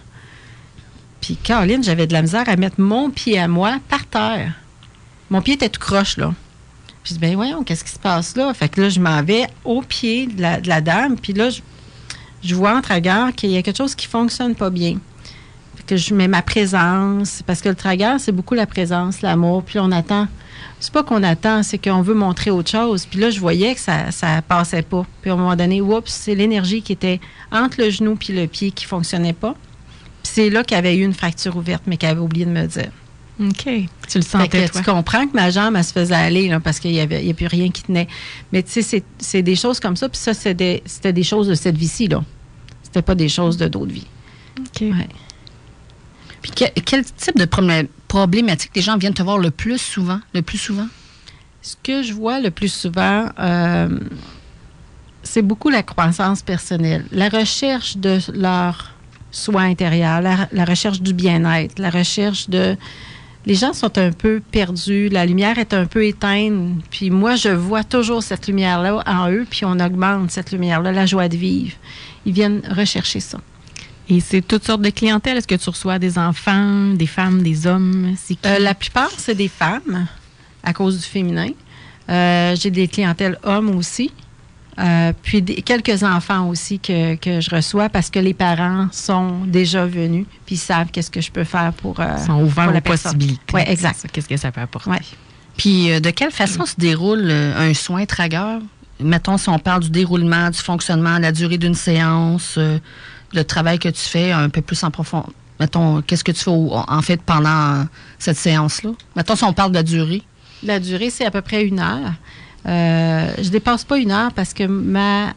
Puis, Caroline, j'avais de la misère à mettre mon pied à moi par terre. Mon pied était tout croche, là. Puis Puis je dis, ben voyons, qu'est-ce qui se passe là? Fait que là, je m'en vais au pied de la, de la dame, puis là, je, je vois entre regards qu'il y a quelque chose qui fonctionne pas bien. Fait que je mets ma présence, parce que le tragueur, c'est beaucoup la présence, l'amour, puis on attend. C'est pas qu'on attend, c'est qu'on veut montrer autre chose. Puis là, je voyais que ça ça passait pas. Puis à un moment donné, oups, c'est l'énergie qui était entre le genou puis le pied qui fonctionnait pas. Puis c'est là qu'il y avait eu une fracture ouverte, mais qu'elle avait oublié de me dire. OK. Tu le sentais, Fait que toi? tu comprends que ma jambe, elle se faisait aller, là, parce qu'il y avait, il y a plus rien qui tenait. Mais tu sais, c'est, c'est des choses comme ça. Puis ça, c'est des, c'était des choses de cette vie-ci, là. C'était pas des choses de d'autres vies. OK. Ouais. Puis que- quel type de problé- problématique les gens viennent te voir le plus souvent? Le plus souvent? Ce que je vois le plus souvent, euh, c'est beaucoup la croissance personnelle, la recherche de leur soi intérieur, la, la recherche du bien-être, la recherche de... Les gens sont un peu perdus, la lumière est un peu éteinte, puis moi, je vois toujours cette lumière-là en eux, puis on augmente cette lumière-là, la joie de vivre. Ils viennent rechercher ça. Et c'est toutes sortes de clientèle. Est-ce que tu reçois des enfants, des femmes, des hommes? C'est qui? Euh, la plupart, c'est des femmes, à cause du féminin. Euh, j'ai des clientèles hommes aussi. Euh, puis des, quelques enfants aussi que, que je reçois parce que les parents sont déjà venus puis ils savent qu'est-ce que je peux faire pour, euh, Ils sont ouverts pour la aux personne. possibilités. Oui, exact. C'est ça. Qu'est-ce que ça peut apporter? Ouais. Puis euh, de quelle façon se déroule euh, un soin tragueur? Mettons, si on parle du déroulement, du fonctionnement, la durée d'une séance, euh, le travail que tu fais un peu plus en profondeur. Mettons, qu'est-ce que tu fais au- en fait pendant euh, cette séance-là? Mettons, si on parle de la durée. La durée, c'est à peu près une heure. Euh, je dépasse pas une heure parce que ma,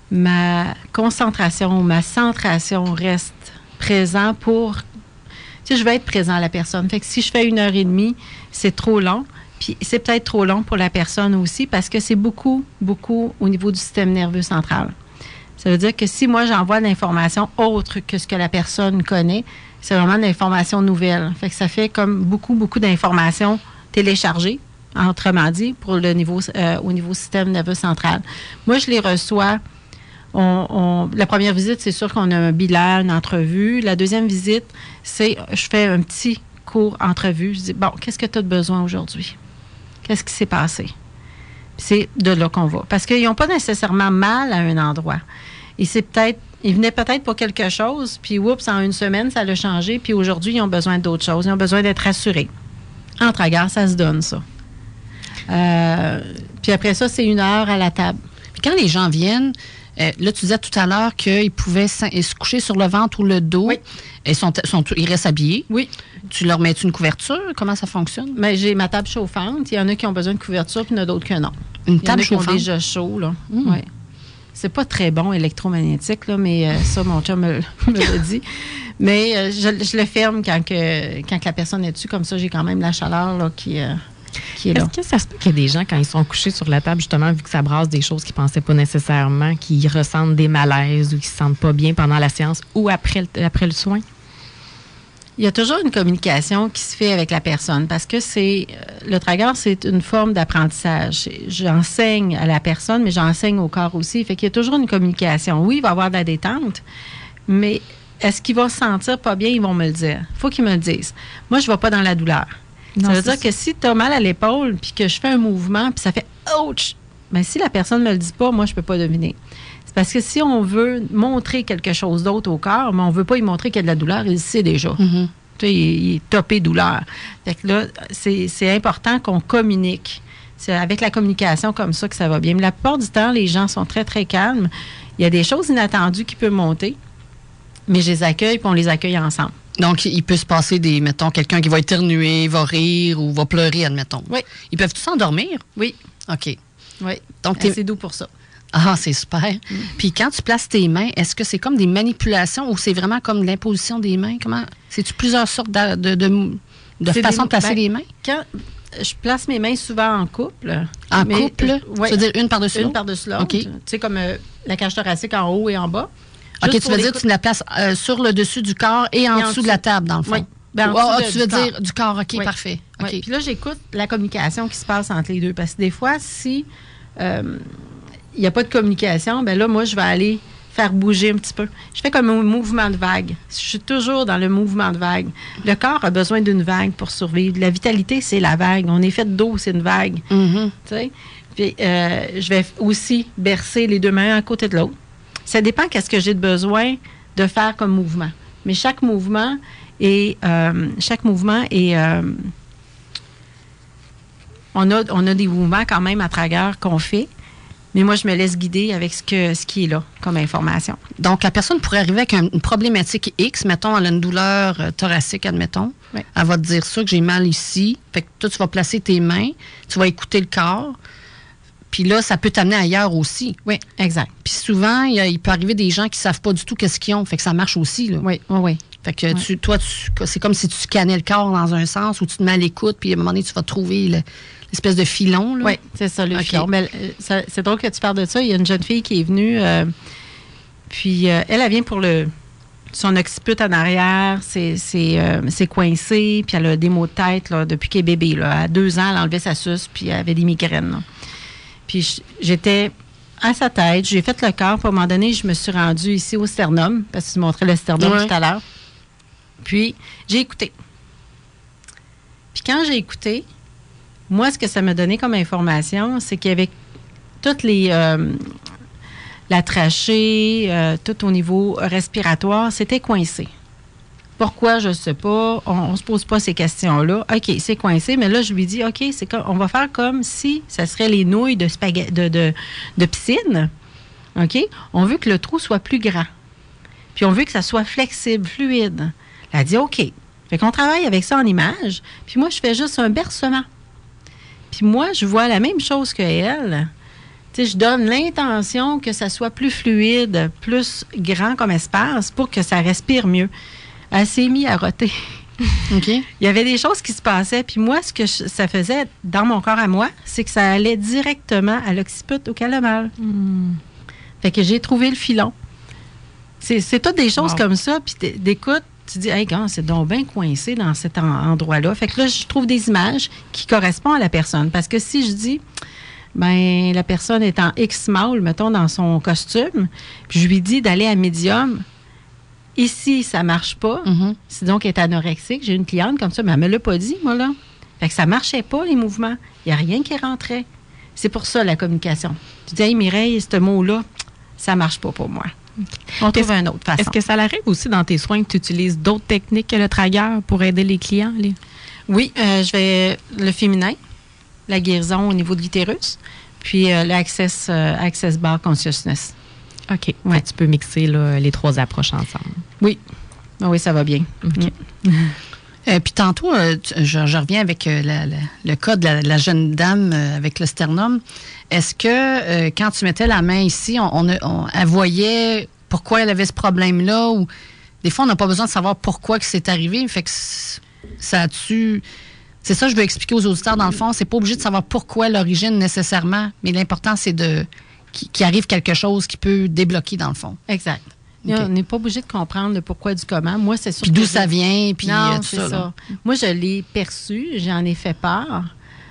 ma concentration, ma centration reste présent pour... Tu sais, je vais être présent à la personne. Fait que si je fais une heure et demie, c'est trop long. Puis c'est peut-être trop long pour la personne aussi parce que c'est beaucoup, beaucoup au niveau du système nerveux central. Ça veut dire que si moi, j'envoie de l'information autre que ce que la personne connaît, c'est vraiment de l'information nouvelle. Fait que ça fait comme beaucoup, beaucoup d'informations téléchargées, autrement dit, pour le niveau, euh, au niveau système nerveux central. Moi, je les reçois. On, on, la première visite, c'est sûr qu'on a un bilan, une entrevue. La deuxième visite, c'est je fais un petit court entrevue. Je dis, bon, qu'est-ce que tu as de besoin aujourd'hui? Qu'est-ce qui s'est passé? Puis c'est de là qu'on va. Parce qu'ils n'ont pas nécessairement mal à un endroit. Et c'est peut-être, ils venaient peut-être pour quelque chose, puis oups, en une semaine, ça l'a changé, puis aujourd'hui, ils ont besoin d'autre chose. Ils ont besoin d'être rassurés. En tragueur, ça se donne, ça. Euh, puis après ça, c'est une heure à la table. Puis quand les gens viennent, euh, là, tu disais tout à l'heure qu'ils pouvaient s'in- se coucher sur le ventre ou le dos. Oui. Ils, sont, sont, ils restent habillés. Oui. Tu leur mets une couverture? Comment ça fonctionne? Mais j'ai ma table chauffante. Il y en a qui ont besoin de couverture, puis il y en a d'autres que non. Une Il y en table a qui ont chauffante? déjà chaud, là. Mm. Ouais. C'est pas très bon électromagnétique, là, mais euh, ça, mon chum me, me l'a dit. Mais euh, je, je le ferme quand, que, quand que la personne est dessus. Comme ça, j'ai quand même la chaleur là, qui, euh, qui est là. Est-ce que ça se peut qu'il y ait des gens, quand ils sont couchés sur la table, justement, vu que ça brasse des choses qu'ils ne pensaient pas nécessairement, qui ressentent des malaises ou qui ne se sentent pas bien pendant la séance ou après le, après le soin? Il y a toujours une communication qui se fait avec la personne parce que c'est euh, le tragueur, c'est une forme d'apprentissage. J'enseigne à la personne, mais j'enseigne au corps aussi. Fait qu'il y a toujours une communication. Oui, il va y avoir de la détente, mais est-ce qu'il va se sentir pas bien? Ils vont me le dire. Il faut qu'ils me le disent. Moi, je ne vais pas dans la douleur. Non, ça veut c'est dire ça. que si tu as mal à l'épaule puis que je fais un mouvement puis ça fait « ouch », bien, si la personne ne me le dit pas, moi, je ne peux pas deviner. C'est parce que si on veut montrer quelque chose d'autre au corps, mais on ne veut pas y montrer qu'il y a de la douleur, il le sait déjà. Mm-hmm. Tu sais, il, il est topé douleur. Fait que là, c'est, c'est important qu'on communique. C'est avec la communication comme ça que ça va bien. Mais la plupart du temps, les gens sont très, très calmes. Il y a des choses inattendues qui peuvent monter, mais je les accueille puis on les accueille ensemble. Donc, il peut se passer des, mettons, quelqu'un qui va éternuer, va rire ou va pleurer, admettons. Oui. Ils peuvent tous s'endormir? Oui. OK. Oui. Donc, t'es- C'est doux pour ça. Ah, c'est super. Puis quand tu places tes mains, est-ce que c'est comme des manipulations ou c'est vraiment comme l'imposition des mains? Comment? C'est-tu plusieurs sortes de, de, de, de C'est façons des- de placer ben, les mains? Quand je place mes mains souvent en couple. En mais- couple? Oui. Tu veux dire une par-dessus Une l'autre? par-dessus l'autre. OK. Tu sais, comme euh, la cage thoracique en haut et en bas. OK, Juste tu pour veux les dire cou- que tu la places euh, sur le dessus du corps et en Et en dessous de la dessous. table, dans le fond? Oui. Ben, en Ah, dessous de- tu veux du dire corps. du corps, OK, Oui. parfait. Oui. OK. Puis là, j'écoute la communication qui se passe entre les deux. Parce que des fois, si il n'y a pas de communication, ben là, moi, je vais aller faire bouger un petit peu. Je fais comme un mouvement de vague. Je suis toujours dans le mouvement de vague. Le corps a besoin d'une vague pour survivre. La vitalité, c'est la vague. On est fait d'eau, c'est une vague. Mm-hmm. Tu sais? Puis, euh, je vais aussi bercer les deux mains à côté de l'autre. Ça dépend qu'est-ce que j'ai de besoin de faire comme mouvement. Mais chaque mouvement est... Euh, chaque mouvement est... Euh, on, a, on a des mouvements quand même à travers qu'on fait. Mais moi, je me laisse guider avec ce, que, ce qui est là comme information. Donc, la personne pourrait arriver avec un- une problématique X. Mettons, elle a une douleur euh, thoracique, admettons. Oui. Elle va te dire ça, que j'ai mal ici. Fait que toi, tu vas placer tes mains, tu vas écouter le corps. Puis là, ça peut t'amener ailleurs aussi. Oui, exact. Puis souvent, il, y a- il peut arriver des gens qui ne savent pas du tout qu'est-ce qu'ils ont. Fait que ça marche aussi, là. Oui, oui, oui. Fait que tu, toi, tu, c'est comme si tu scannais le corps dans un sens où tu te mets à l'écoute, puis à un moment donné, tu vas trouver le- l'espèce de filon, là. Oui, c'est ça, le OK. filon. Mais, euh, ça- c'est drôle que tu parles de ça. Il y a une jeune fille qui est venue, euh, puis euh, elle, elle vient pour le son occiput en arrière, c'est, c'est, euh, c'est coincé, puis elle a des maux de tête là, depuis qu'elle est bébé. Là. À deux ans, elle enlevait sa suce, puis elle avait des migraines. Là. Puis j- j'étais à sa tête, j'ai fait le corps, puis à un moment donné, je me suis rendue ici au sternum, parce que tu montrais le sternum Ouais. tout à l'heure. Puis j'ai écouté. Puis quand j'ai écouté, moi, ce que ça m'a donné comme information, c'est qu'il y avait toutes les... euh, la trachée, euh, tout au niveau respiratoire, c'était coincé. Pourquoi, je ne sais pas. On ne se pose pas ces questions-là. OK, c'est coincé, mais là, je lui dis, OK, c'est comme, on va faire comme si ça serait les nouilles de, spaghe- de, de, de piscine. OK? On veut que le trou soit plus grand. Puis on veut que ça soit flexible, fluide. Elle a dit, OK. Fait qu'on travaille avec ça en image. Puis moi, je fais juste un bercement. Puis moi, je vois la même chose qu'elle. Tu sais, je donne l'intention que ça soit plus fluide, plus grand comme espace pour que ça respire mieux. Elle s'est mise à roter. OK. Il y avait des choses qui se passaient. Puis moi, ce que je- ça faisait dans mon corps à moi, c'est que ça allait directement à l'occiput au calomel. Mm. Fait que j'ai trouvé le filon. C'est, c'est toutes des choses Wow. comme ça. Puis t'é- d'écoute, tu dis, hey, gars, c'est donc bien coincé dans cet en- endroit-là. Fait que là, je trouve des images qui correspondent à la personne. Parce que si je dis, ben la personne est en X-small, mettons, dans son costume, puis je lui dis d'aller à médium, ici, ça marche pas. Mhm. C'est donc qu'elle est anorexique. J'ai une cliente comme ça, mais elle me l'a pas dit, moi, là. Fait que ça marchait pas, les mouvements. Il n'y a rien qui rentrait. C'est pour ça, la communication. Tu dis, hey, Mireille, ce mot-là, ça marche pas pour moi. On trouve une autre façon. Est-ce que ça arrive aussi dans tes soins que tu utilises d'autres techniques que le tragueur pour aider les clients? Les... Oui, euh, je vais le féminin, la guérison au niveau de l'utérus, puis euh, l'access euh, access bar consciousness. OK. Ouais. Fait que tu peux mixer là, les trois approches ensemble. Oui. Ah oui, ça va bien. OK. Mm. Euh, puis tantôt, euh, tu- je, je reviens avec euh, la- la- le cas de la, la jeune dame euh, avec le sternum. Est-ce que euh, quand tu mettais la main ici, on, on, a- on- elle voyait pourquoi elle avait ce problème-là? Ou des fois, on n'a pas besoin de savoir pourquoi que c'est arrivé. Fait que c- ça a-tu... C'est ça que je veux expliquer aux auditeurs, dans le fond. C'est pas obligé de savoir pourquoi l'origine nécessairement, mais l'important, c'est de qu'il qu'il arrive quelque chose qui peut débloquer, dans le fond. Exact. OK. On n'est pas obligé de comprendre le pourquoi du comment. Moi, c'est sûr. Puis que d'où je- ça vient, puis non, euh, tout c'est ça. ça. là. Moi, je l'ai perçu, j'en ai fait part.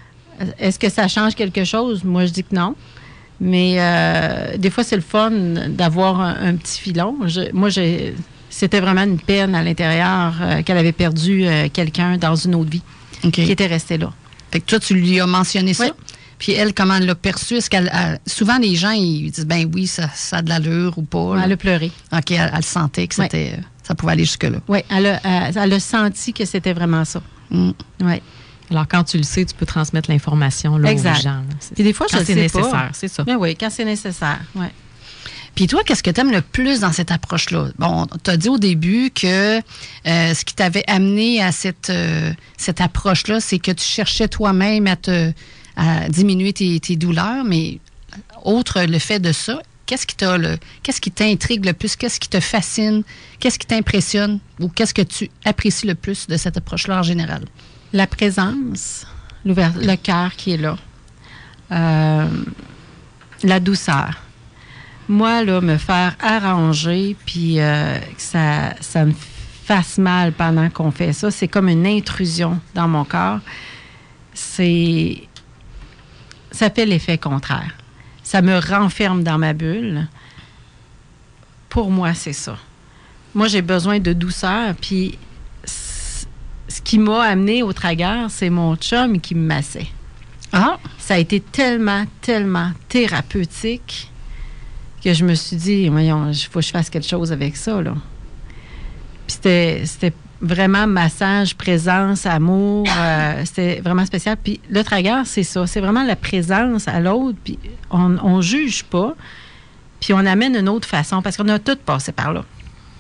Est-ce que ça change quelque chose? Moi, je dis que non. Mais euh, des fois, c'est le fun d'avoir un, un petit filon. Je- moi, j'ai, c'était vraiment une peine à l'intérieur euh, qu'elle avait perdu euh, quelqu'un dans une autre vie OK. qui était resté là. Fait que toi, tu lui as mentionné ça. Oui. Puis elle, comment elle l'a perçu? Est-ce qu'elle. elle- souvent, les gens, ils disent, ben oui, ça, ça a de l'allure ou pas. là. Elle a pleuré. OK, elle, elle sentait que Oui. c'était, euh, ça pouvait aller jusque-là. Oui, elle a, elle, elle a senti que c'était vraiment ça. Mm. Oui. Alors, quand tu le sais, tu peux transmettre l'information là, aux Exact. gens. là. C'est- Puis des fois, je quand le c'est sais nécessaire, pas. c'est ça. Mais oui, quand c'est nécessaire. Ouais. Puis toi, qu'est-ce que tu aimes le plus dans cette approche-là? Bon, tu as dit au début que euh, ce qui t'avait amené à cette, euh, cette approche-là, c'est que tu cherchais toi-même à te à diminuer tes, tes douleurs, mais autre le fait de ça, qu'est-ce qui t'a le, qu'est-ce qui t'intrigue le plus? Qu'est-ce qui te fascine? Qu'est-ce qui t'impressionne? Ou qu'est-ce que tu apprécies le plus de cette approche-là en général? La présence, l'ouver- le cœur qui est là, euh, la douceur. Moi, là, me faire arranger, puis euh, que ça, ça me fasse mal pendant qu'on fait ça, c'est comme une intrusion dans mon corps. C'est... Ça fait l'effet contraire. Ça me renferme dans ma bulle. pour moi, c'est ça. Moi, j'ai besoin de douceur. Puis, ce qui m'a amené au tragueur, c'est mon chum qui me massait. Ah! Ça a été tellement, tellement thérapeutique que je me suis dit, voyons, il faut que je fasse quelque chose avec ça, là. Puis c'était, c'était vraiment massage, présence, amour. Euh, c'était vraiment spécial. Puis le tragueur, c'est ça. C'est vraiment la présence à l'autre. Puis on ne juge pas. Puis on amène une autre façon parce qu'on a tous passé par là.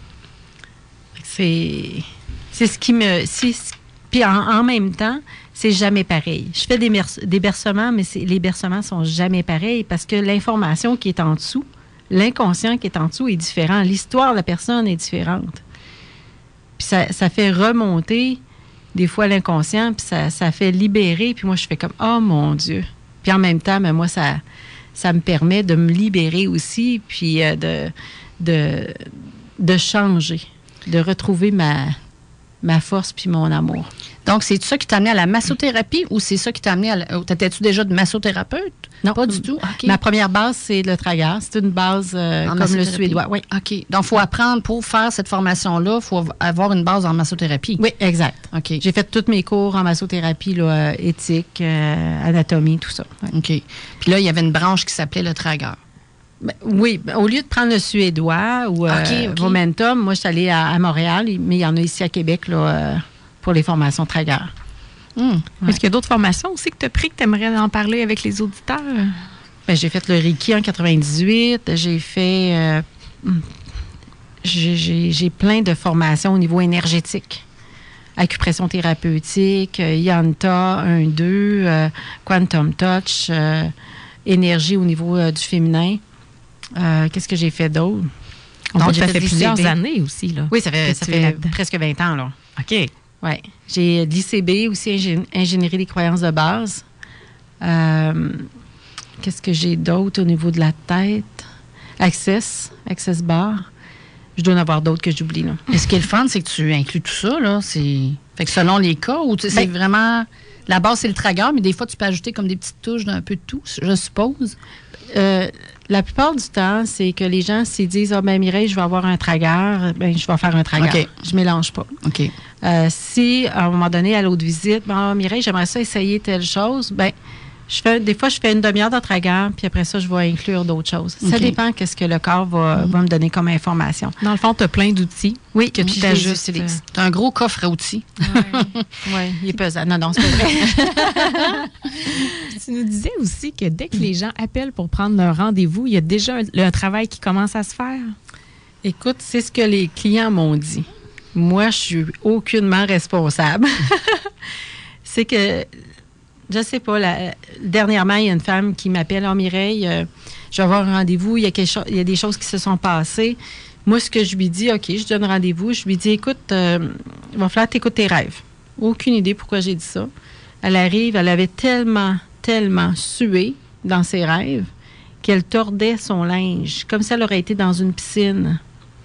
C'est, c'est ce qui me... C'est, puis en, en même temps, c'est jamais pareil. Je fais des, mer- des bercements, mais c'est, les bercements sont jamais pareils parce que l'information qui est en dessous, l'inconscient qui est en dessous est différent. L'histoire de la personne est différente. Puis ça, ça fait remonter des fois l'inconscient, puis ça, ça fait libérer. Puis moi, je fais comme « Oh mon Dieu! » Puis en même temps, ben, moi, ça, ça me permet de me libérer aussi, puis euh, de, de, de changer, de retrouver ma, ma force puis mon amour. Donc, c'est ça qui t'a amené à la massothérapie ou c'est ça qui t'a amené à la... T'étais-tu déjà de massothérapeute? Non. Pas du tout? Okay. Ma première base, c'est le tragueur. C'est une base euh, comme le suédois. Oui. OK. Donc, il faut apprendre pour faire cette formation-là, il faut avoir une base en massothérapie. Oui, exact. OK. J'ai fait tous mes cours en massothérapie, là, éthique, euh, anatomie, tout ça. Ouais. OK. Puis là, il y avait une branche qui s'appelait le tragueur. Ben, oui, ben, au lieu de prendre le suédois ou euh, okay, okay. Momentum, moi, je suis allée à, à Montréal, mais il y en a ici à Québec là, euh, pour les formations tragueur. Mmh. Ouais. Est-ce qu'il y a d'autres formations aussi que tu as pris que tu aimerais en parler avec les auditeurs? Ben, j'ai fait le Reiki en quatre-vingt-dix-huit. J'ai fait... Euh, j'ai, j'ai, j'ai plein de formations au niveau énergétique. Acupression thérapeutique, euh, Yanta un deux, euh, Quantum Touch, euh, énergie au niveau euh, du féminin. Euh, qu'est-ce que j'ai fait d'autre? Donc, Donc ça fait plusieurs années aussi, là. Oui, ça fait, ça fait presque vingt ans, là. OK. Oui. J'ai l'I C B aussi, ingé- Ingénierie des croyances de base. Euh, qu'est-ce que j'ai d'autre au niveau de la tête? Access, Access Bar. Je dois en avoir d'autres que j'oublie, là. Et ce qui est le fun, c'est que tu inclus tout ça, là. C'est... Fait que selon les cas, ou c'est ben, vraiment... La base, c'est le tragueur, mais des fois, tu peux ajouter comme des petites touches d'un peu de tout, je suppose. Euh, la plupart du temps, c'est que les gens s'y disent « Ah, ben Mireille, je vais avoir un tragueur. » Ben, je vais faire un tragueur. Okay. Je mélange pas. OK. Euh, si, à un moment donné, à l'autre visite, ben, « Mireille, j'aimerais ça essayer telle chose. » Ben, je fais, des fois, je fais une demi-heure de tragueur, puis après ça, je vais inclure d'autres choses. Okay. Ça dépend de ce que le corps va, mm-hmm. va me donner comme information. Dans le fond, tu as plein d'outils. Oui, que tu t'ajustes. Euh... Tu as un gros coffre à outils. Oui, ouais, il est pesant. Non, non, c'est pas vrai. Tu nous disais aussi que dès que les gens appellent pour prendre leur rendez-vous, il y a déjà un, un travail qui commence à se faire. Écoute, c'est ce que les clients m'ont dit. Moi, je suis aucunement responsable. C'est que... Je sais pas. La, dernièrement, il y a une femme qui m'appelle « Oh, Mireille, euh, je vais avoir un rendez-vous. Il y a quelque cho- il y a des choses qui se sont passées. » Moi, ce que je lui dis, OK, je donne rendez-vous. Je lui dis, écoute, euh, il va falloir que tu écoutes tes rêves. Aucune idée pourquoi j'ai dit ça. Elle arrive, elle avait tellement, tellement sué dans ses rêves qu'elle tordait son linge, comme si elle aurait été dans une piscine.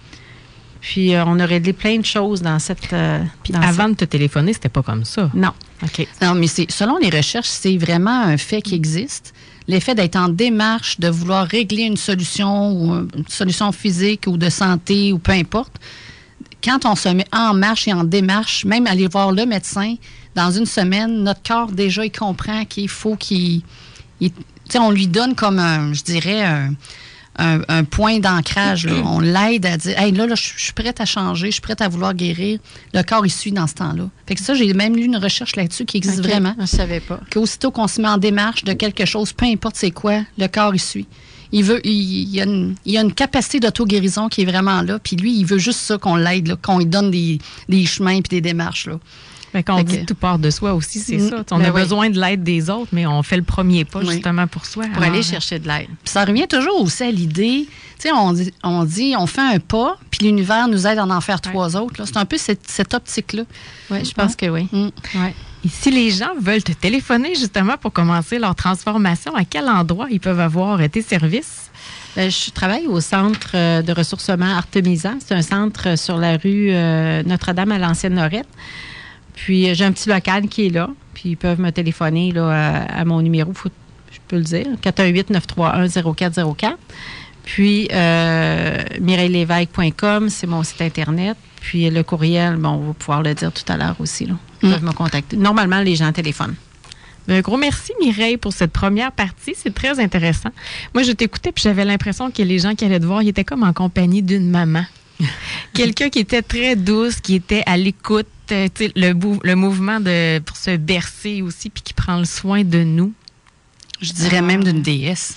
Puis, euh, on a réglé plein de choses dans cette... Euh, Puis, dans avant cette... de te téléphoner, c'était pas comme ça. Non. OK. Non, mais c'est, selon les recherches, c'est vraiment un fait qui existe. L'effet d'être en démarche, de vouloir régler une solution, ou une solution physique ou de santé, ou peu importe. Quand on se met en marche et en démarche, même aller voir le médecin, dans une semaine, notre corps, déjà, il comprend qu'il faut qu'il... Tu sais, on lui donne comme un, je dirais, un... Un, un point d'ancrage. Là. On l'aide à dire « Hey, là, là je suis prête à changer, je suis prête à vouloir guérir. » Le corps, il suit dans ce temps-là. Fait que ça, j'ai même lu une recherche là-dessus qui existe okay. vraiment. Je ne savais pas. Qu'aussitôt qu'on se met en démarche de quelque chose, peu importe c'est quoi, le corps, il suit. Il veut, il, il, y a une, il y a une capacité d'auto-guérison qui est vraiment là. Puis lui, il veut juste ça, qu'on l'aide, là, qu'on lui donne des, des chemins puis des démarches. Là. Mais quand on dit que tout part de soi aussi, c'est mmh, ça. On a oui. besoin de l'aide des autres, mais on fait le premier pas oui. justement pour soi. Pour Alors, aller chercher de l'aide. Puis ça revient toujours aussi à l'idée, tu sais, on dit, on dit, on fait un pas, puis l'univers nous aide à en faire trois ouais. autres. Là. C'est un peu cette, cette optique-là. Oui, je pense ouais. que oui. Mmh. Ouais. Et si les gens veulent te téléphoner justement pour commencer leur transformation, à quel endroit ils peuvent avoir tes services? Bien, je travaille au centre de ressourcement Artemisa. C'est un centre sur la rue euh, Notre-Dame à l'Ancienne-Lorette. Puis, j'ai un petit local qui est là. Puis, ils peuvent me téléphoner là, à, à mon numéro, faut, je peux le dire, quatre un huit, neuf trois un, zéro quatre zéro quatre. Puis, euh, mireille lévesque point com, c'est mon site Internet. Puis, le courriel, bon, on va pouvoir le dire tout à l'heure aussi. Là. Ils Mm. peuvent me contacter. Normalement, les gens téléphonent. Un gros merci, Mireille, pour cette première partie. C'est très intéressant. Moi, je t'écoutais puis j'avais l'impression que les gens qui allaient te voir, ils étaient comme en compagnie d'une maman. Quelqu'un qui était très douce, qui était à l'écoute, euh, tu sais, le, bou- le mouvement de, pour se bercer aussi, puis qui prend le soin de nous. Je dirais Ah. même d'une déesse.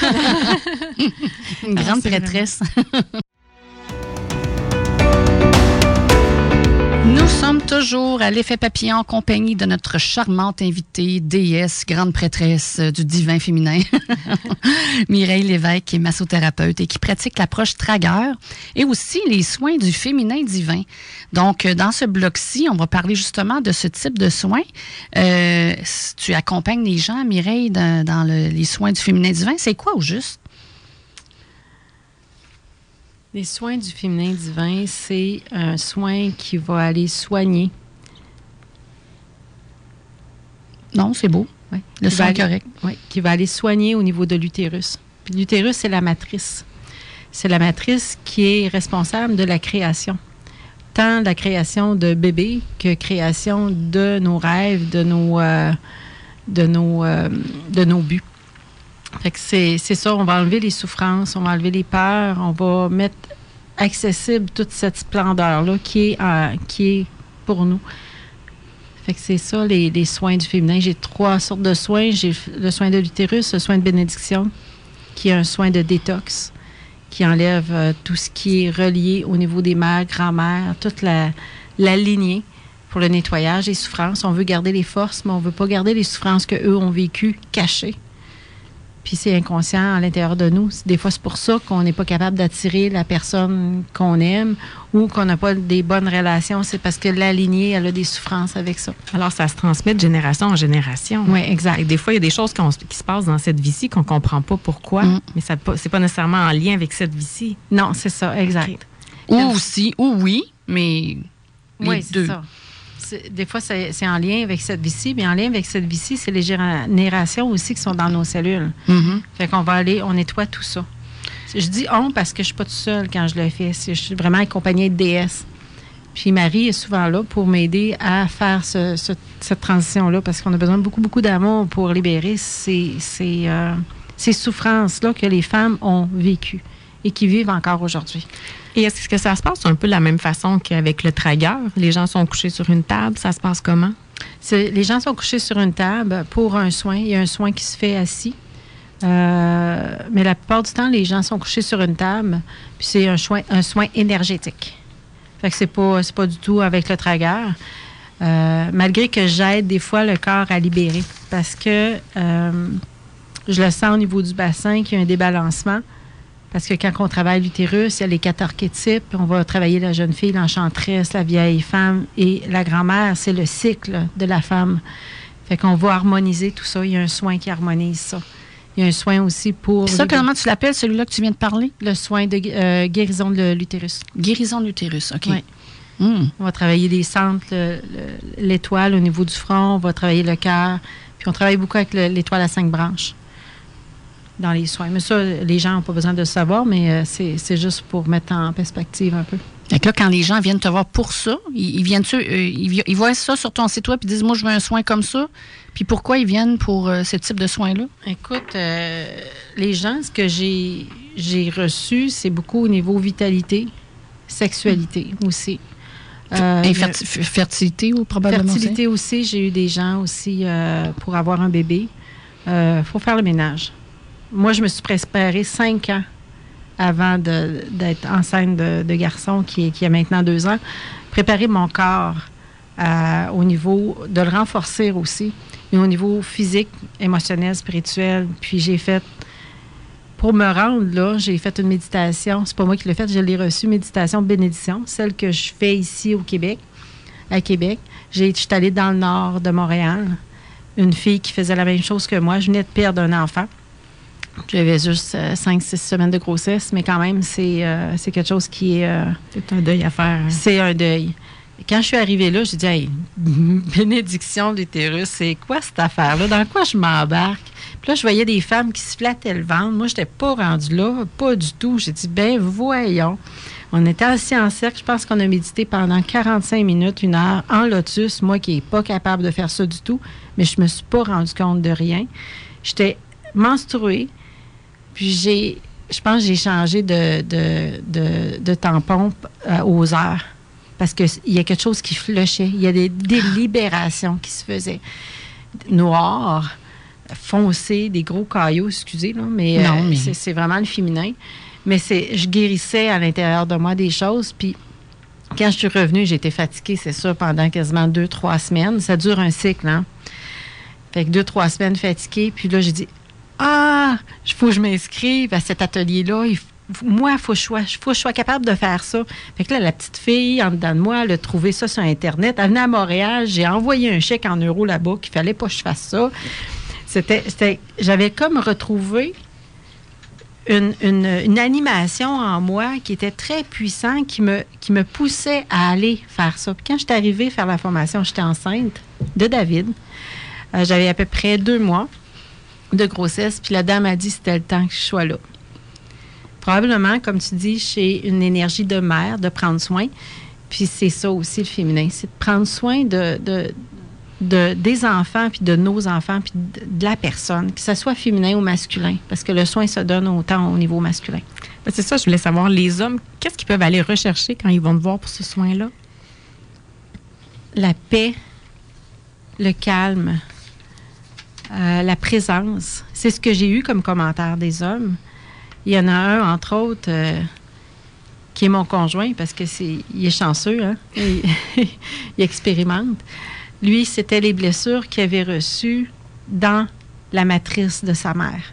Une Ah, grande c'est prêtresse. Nous sommes toujours à l'effet papillon en compagnie de notre charmante invitée, déesse, grande prêtresse euh, du divin féminin, Mireille Lévesque, qui est massothérapeute et qui pratique l'approche Trager et aussi les soins du féminin divin. Donc, euh, dans ce bloc-ci, on va parler justement de ce type de soins. Euh, tu accompagnes les gens, Mireille, dans, dans le- les soins du féminin divin. C'est quoi au juste? Les soins du féminin divin, c'est un soin qui va aller soigner. Non, c'est beau. Ouais. Le Qui son va est aller- correct. Oui, qui va aller soigner au niveau de l'utérus. Puis l'utérus, c'est la matrice. C'est la matrice qui est responsable de la création. Tant la création de bébés que création de nos rêves, de nos, euh, de nos, euh, de nos buts. Fait que c'est, c'est ça, on va enlever les souffrances, on va enlever les peurs, on va mettre accessible toute cette splendeur-là qui est, euh, qui est pour nous. Fait que c'est ça, les, les soins du féminin. J'ai trois sortes de soins. J'ai le soin de l'utérus, le soin de bénédiction, qui est un soin de détox, qui enlève euh, tout ce qui est relié au niveau des mères, grand-mères, toute la, la lignée pour le nettoyage des souffrances. On veut garder les forces, mais on ne veut pas garder les souffrances qu'eux ont vécues cachées. Puis c'est inconscient à l'intérieur de nous. Des fois, c'est pour ça qu'on n'est pas capable d'attirer la personne qu'on aime ou qu'on n'a pas des bonnes relations. C'est parce que la lignée, elle a des souffrances avec ça. Alors, ça se transmet de génération en génération. Oui, exact. Et des fois, il y a des choses qu'on- qui se passent dans cette vie-ci qu'on ne comprend pas pourquoi, Mm. mais ça n'est pas nécessairement en lien avec cette vie-ci. Non, c'est ça, exact. Ok. Ou aussi, ou oui, mais les Oui, c'est deux. ça. C'est- Des fois, c'est c'est en lien avec cette vie-ci, mais en lien avec cette vie-ci, c'est les générations aussi qui sont dans nos cellules. Mhm. Fait qu'on va aller, on nettoie tout ça. Je dis on parce que je suis pas toute seule quand je le fais. C'est- Je suis vraiment accompagnée de déesses. Puis Marie est souvent là pour m'aider à faire ce- ce- cette transition-là parce qu'on a besoin de beaucoup, beaucoup d'amour pour libérer ces, ces, euh, ces souffrances-là que les femmes ont vécues et qui vivent encore aujourd'hui. Et est-ce que ça se passe un peu de la même façon qu'avec le tragueur? Les gens sont couchés sur une table, ça se passe comment? C'est- les gens sont couchés sur une table pour un soin. Il y a un soin qui se fait assis. Euh, mais la plupart du temps, les gens sont couchés sur une table, puis c'est un soin, un soin énergétique. Fait que c'est pas, c'est pas du tout avec le tragueur. Euh, malgré que j'aide des fois le corps à libérer. Parce que euh, je le sens au niveau du bassin qu'il y a un débalancement. Parce que quand on travaille l'utérus, il y a les quatre archétypes. On va travailler la jeune fille, l'enchanteresse, la vieille femme et la grand-mère. C'est le cycle de la femme. Fait qu'on va harmoniser tout ça. Il y a un soin qui harmonise ça. Il y a un soin aussi pour... Ça, comment tu l'appelles, celui-là que tu viens de parler? Le soin de euh, guérison de l'utérus. Guérison de l'utérus, OK. Oui. Hmm. On va travailler les centres, le- le- l'étoile au niveau du front. On va travailler le cœur. Puis on travaille beaucoup avec le- l'étoile à cinq branches dans les soins. Mais ça, les gens n'ont pas besoin de le savoir, mais euh, c'est, c'est juste pour mettre en perspective un peu. Fait que là, quand les gens viennent te voir pour ça, ils, ils viennent euh, ils, vi- ils voient ça sur ton site web et disent, moi, je veux un soin comme ça. Puis pourquoi ils viennent pour euh, ce type de soin-là? Écoute, euh, les gens, ce que j'ai, j'ai reçu, c'est beaucoup au niveau vitalité, sexualité aussi. Euh, Inferti- f- fertilité ou probablement fertilité aussi, j'ai eu des gens aussi euh, pour avoir un bébé. Il faut faire le ménage. Moi, je me suis préparée cinq ans avant de, d'être enceinte de, de garçon qui, qui a maintenant deux ans. Préparer mon corps euh, au niveau de le renforcer aussi, mais au niveau physique, émotionnel, spirituel. Puis j'ai fait, pour me rendre là, j'ai fait une méditation. C'est pas moi qui l'ai faite, je l'ai reçue, méditation de bénédiction, celle que je fais ici au Québec, à Québec. J'ai, je suis allée dans le nord de Montréal. Une fille qui faisait la même chose que moi. Je venais de perdre un enfant. J'avais juste euh, cinq six semaines de grossesse, mais quand même, c'est, euh, c'est quelque chose qui est... euh, C'est un deuil à faire. hein. c'est un deuil. Quand je suis arrivée là, j'ai dit, hey, bénédiction de l'utérus, c'est quoi cette affaire-là? Dans quoi je m'embarque? Puis là, je voyais des femmes qui se flattaient le ventre. Moi, je n'étais pas rendue là, pas du tout. J'ai dit, ben voyons. On était assis en cercle. Je pense qu'on a médité pendant quarante-cinq minutes, une heure, en lotus. Moi qui n'ai pas capable de faire ça du tout, mais je me suis pas rendu compte de rien. J'étais menstruée. Puis j'ai, je pense que j'ai changé de, de, de, de tampon euh, aux heures. Parce qu'il y a quelque chose qui flushait. Il y a des, des libérations qui se faisaient. Noir, foncé, des gros caillots, excusez, là, mais, non, euh, mais... C'est, c'est vraiment le féminin. Mais c'est, je guérissais à l'intérieur de moi des choses. Puis quand je suis revenue, j'étais fatiguée, c'est sûr, pendant quasiment deux, trois semaines. Ça dure un cycle, hein? Fait que deux, trois semaines fatiguée. Puis là, j'ai dit, ah, il faut que je m'inscrive à cet atelier-là. Il faut Moi, il faut, faut que je sois capable de faire ça. Fait que là, la petite fille, en dedans de moi, elle a trouvé ça sur Internet. Elle venait à Montréal. J'ai envoyé un chèque en euros là-bas qu'il fallait pas que je fasse ça. C'était, c'était, j'avais comme retrouvé une, une, une animation en moi qui était très puissante, qui me, qui me poussait à aller faire ça. Puis quand je suis arrivée faire la formation, j'étais enceinte de David. Euh, j'avais à peu près deux mois de grossesse. Puis la dame a dit que c'était le temps que je sois là. Probablement, comme tu dis, j'ai une énergie de mère, de prendre soin. Puis c'est ça aussi le féminin, c'est de prendre soin de, de, de, des enfants, puis de nos enfants, puis de, de la personne, que ce soit féminin ou masculin, parce que le soin se donne autant au niveau masculin. Ben c'est ça, je voulais savoir, les hommes, qu'est-ce qu'ils peuvent aller rechercher quand ils vont te voir pour ce soin-là? La paix, le calme, euh, la présence. C'est ce que j'ai eu comme commentaire des hommes. Il y en a un, entre autres, euh, qui est mon conjoint, parce que c'est, il est chanceux, hein? Il, il expérimente. Lui, c'était les blessures qu'il avait reçues dans la matrice de sa mère.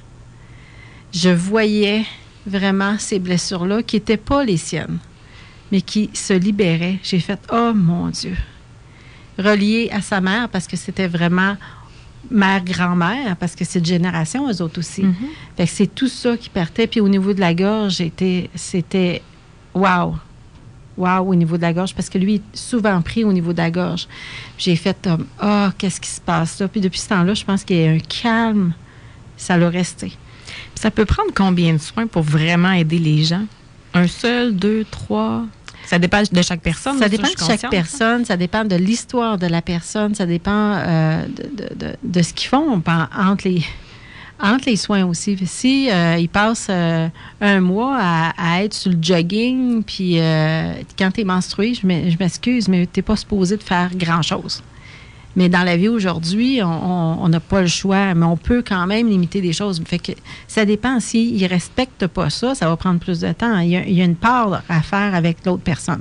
Je voyais vraiment ces blessures-là qui n'étaient pas les siennes, mais qui se libéraient. J'ai fait « Oh, mon Dieu! » Relié à sa mère, parce que c'était vraiment... mère-grand-mère, parce que c'est de génération, eux autres aussi. Mm-hmm. Fait que c'est tout ça qui partait. Puis au niveau de la gorge, c'était, c'était wow! Wow au niveau de la gorge, parce que lui, il est souvent pris au niveau de la gorge. J'ai fait comme, ah, oh, qu'est-ce qui se passe là? Puis depuis ce temps-là, je pense qu'il y a un calme. Ça l'a resté. Puis ça peut prendre combien de soins pour vraiment aider les gens? Un seul, deux, trois? Ça dépend de chaque personne. Ça dépend de chaque personne, ça dépend de l'histoire de la personne, ça dépend euh, de, de, de, de ce qu'ils font entre les, entre les soins aussi. Si euh, ils passent euh, un mois à, à être sur le jogging, puis euh, quand tu es menstruée, je m'excuse, mais tu n'es pas supposé de faire grand-chose. Mais dans la vie aujourd'hui, on n'a pas le choix, mais on peut quand même limiter des choses. Fait que ça dépend. S'ils ne respectent pas ça, ça va prendre plus de temps. Il y a, il y a une part à faire avec l'autre personne.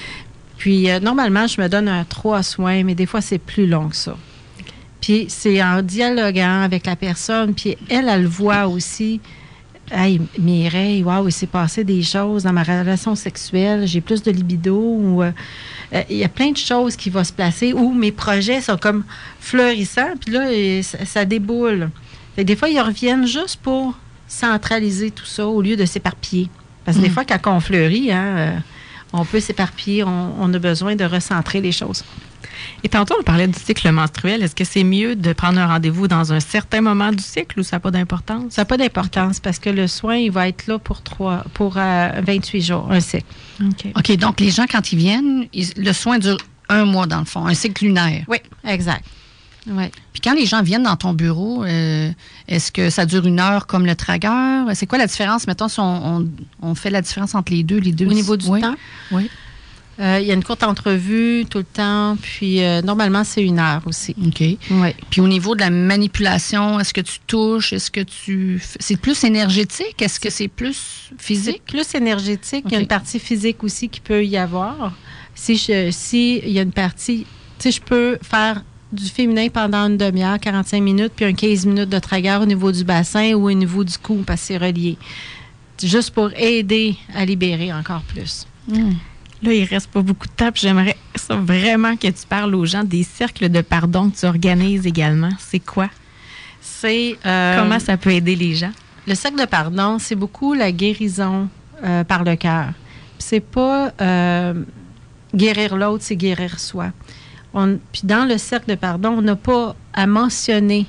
Puis, euh, normalement, je me donne un trois soins, mais des fois, c'est plus long que ça. Puis, c'est en dialoguant avec la personne, puis elle, elle le voit aussi. Hey, Mireille, wow, il s'est passé des choses dans ma relation sexuelle, j'ai plus de libido, ou euh, il y a plein de choses qui vont se placer, où mes projets sont comme fleurissants, puis là, ça, ça déboule. Fait que des fois, ils reviennent juste pour centraliser tout ça au lieu de s'éparpiller. Parce que mmh. des fois, quand on fleurit, hein, euh, on peut s'éparpiller, on, on a besoin de recentrer les choses. Et tantôt, on parlait du cycle menstruel. Est-ce que c'est mieux de prendre un rendez-vous dans un certain moment du cycle ou ça n'a pas d'importance? Ça n'a pas d'importance parce que le soin, il va être là pour, trois, pour euh, vingt-huit jours, un cycle. OK. OK, donc les gens, quand ils viennent, ils, le soin dure un mois dans le fond, un cycle lunaire. Oui, exact. Ouais. Puis quand les gens viennent dans ton bureau, euh, est-ce que ça dure une heure comme le tragueur? C'est quoi la différence? Mettons, si on, on, on fait la différence entre les deux, les deux. Au niveau du oui. temps? Oui. Euh, il y a une courte entrevue tout le temps, puis euh, normalement, c'est une heure aussi. OK. Oui. Puis au niveau de la manipulation, est-ce que tu touches? Est-ce que tu... C'est plus énergétique? Est-ce que c'est plus physique? C'est plus énergétique. Okay. Il y a une partie physique aussi qui peut y avoir. Si, je, si il y a une partie... Tu sais, je peux faire du féminin pendant une demi-heure, quarante-cinq minutes, puis un quinze minutes de tragueur au niveau du bassin ou au niveau du cou, parce que c'est relié. Juste pour aider à libérer encore plus. Mm. Là, il ne reste pas beaucoup de temps, puis j'aimerais ça vraiment que tu parles aux gens des cercles de pardon que tu organises également. C'est quoi? C'est... Euh, Comment ça peut aider les gens? Le cercle de pardon, c'est beaucoup la guérison euh, par le cœur. C'est pas euh, guérir l'autre, c'est guérir soi. On, puis dans le cercle de pardon, on n'a pas à mentionner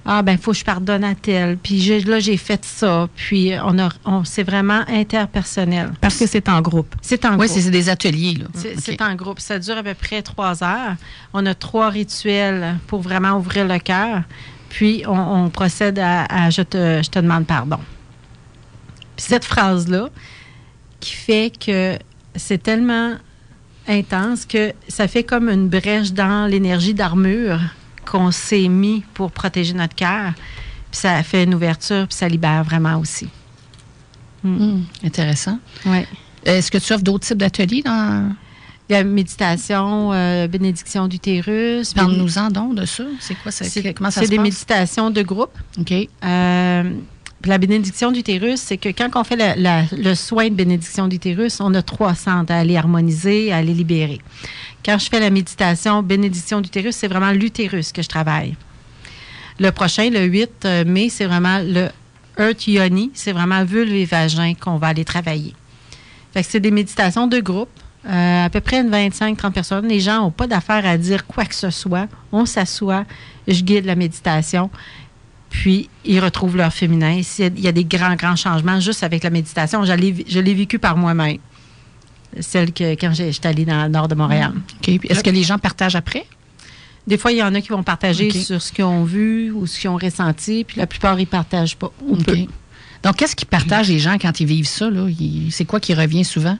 Ah, ben, il faut que je pardonne à tel. Puis j'ai, là, j'ai fait ça. Puis on a, on, c'est vraiment interpersonnel. Parce que c'est en groupe. C'est en Oui, groupe. c'est, c'est des ateliers, là. C'est, OK. c'est en groupe. Ça dure à peu près trois heures. On a trois rituels pour vraiment ouvrir le cœur. Puis on, on procède à, à je, te, je te demande pardon. Puis cette phrase-là qui fait que c'est tellement intense que ça fait comme une brèche dans l'énergie d'armure qu'on s'est mis pour protéger notre cœur. Puis ça fait une ouverture, puis ça libère vraiment aussi. Mm. Hum, intéressant. Ouais. Est-ce que tu offres d'autres types d'ateliers dans... La méditation, euh, bénédiction d'utérus. Parle-nous-en donc de ça. C'est quoi ça? C'est, Comment ça c'est se des passe? méditations de groupe. OK. Euh, puis la bénédiction d'utérus, c'est que quand on fait la- la- le soin de bénédiction d'utérus, on a trois centres à aller harmoniser, à aller libérer. Quand je fais la méditation bénédiction d'utérus, c'est vraiment l'utérus que je travaille. Le prochain, le huit mai, c'est vraiment le Earth Yoni, c'est vraiment vulve et vagin qu'on va aller travailler. Fait que c'est des méditations de groupe, euh, à peu près une vingt-cinq trente personnes. Les gens n'ont pas d'affaire à dire quoi que ce soit. On s'assoit, je guide la méditation, puis ils retrouvent leur féminin. Il y a des grands, grands changements juste avec la méditation. Je l'ai, je l'ai vécu par moi-même. Celle que quand j'ai- j'étais allée dans le nord de Montréal. OK. Puis est-ce que les gens partagent après? Des fois, il y en a qui vont partager OK. sur ce qu'ils ont vu ou ce qu'ils ont ressenti, puis la plupart, ils ne partagent pas. Ou OK. peu. Donc, qu'est-ce qu'ils partagent les gens quand ils vivent ça? Là? Ils- c'est quoi qui revient souvent?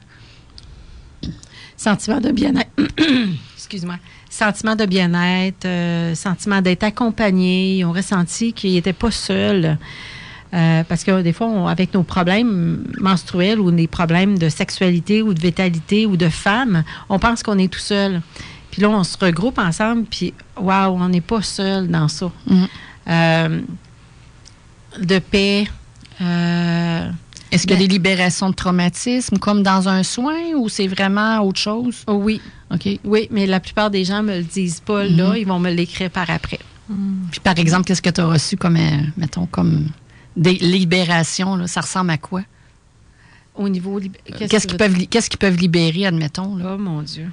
Sentiment de bien-être. Excuse-moi. Sentiment de bien-être, euh, sentiment d'être accompagné. Ils ont ressenti qu'ils n'étaient pas seuls. Euh, parce que des fois, on- avec nos problèmes menstruels ou des problèmes de sexualité ou de vitalité ou de femme, on pense qu'on est tout seul. Puis là, on se regroupe ensemble, puis waouh, on n'est pas seul dans ça. Mhm. Euh, de paix. euh, Est-ce qu'il y a Ben- des libérations de traumatisme comme dans un soin ou c'est vraiment autre chose? oh oui, OK. oui, mais la plupart des gens me le disent pas là, Mhm. ils vont me l'écrire par après. Puis, par exemple, qu'est-ce que tu as reçu comme, euh, mettons, comme des libérations? Là? Ça ressemble à quoi? Au niveau lib- qu'est-ce Qu'est-ce, que qu'ils tu veux peuvent, li- qu'est-ce qu'ils peuvent libérer, admettons? Là? Oh mon Dieu.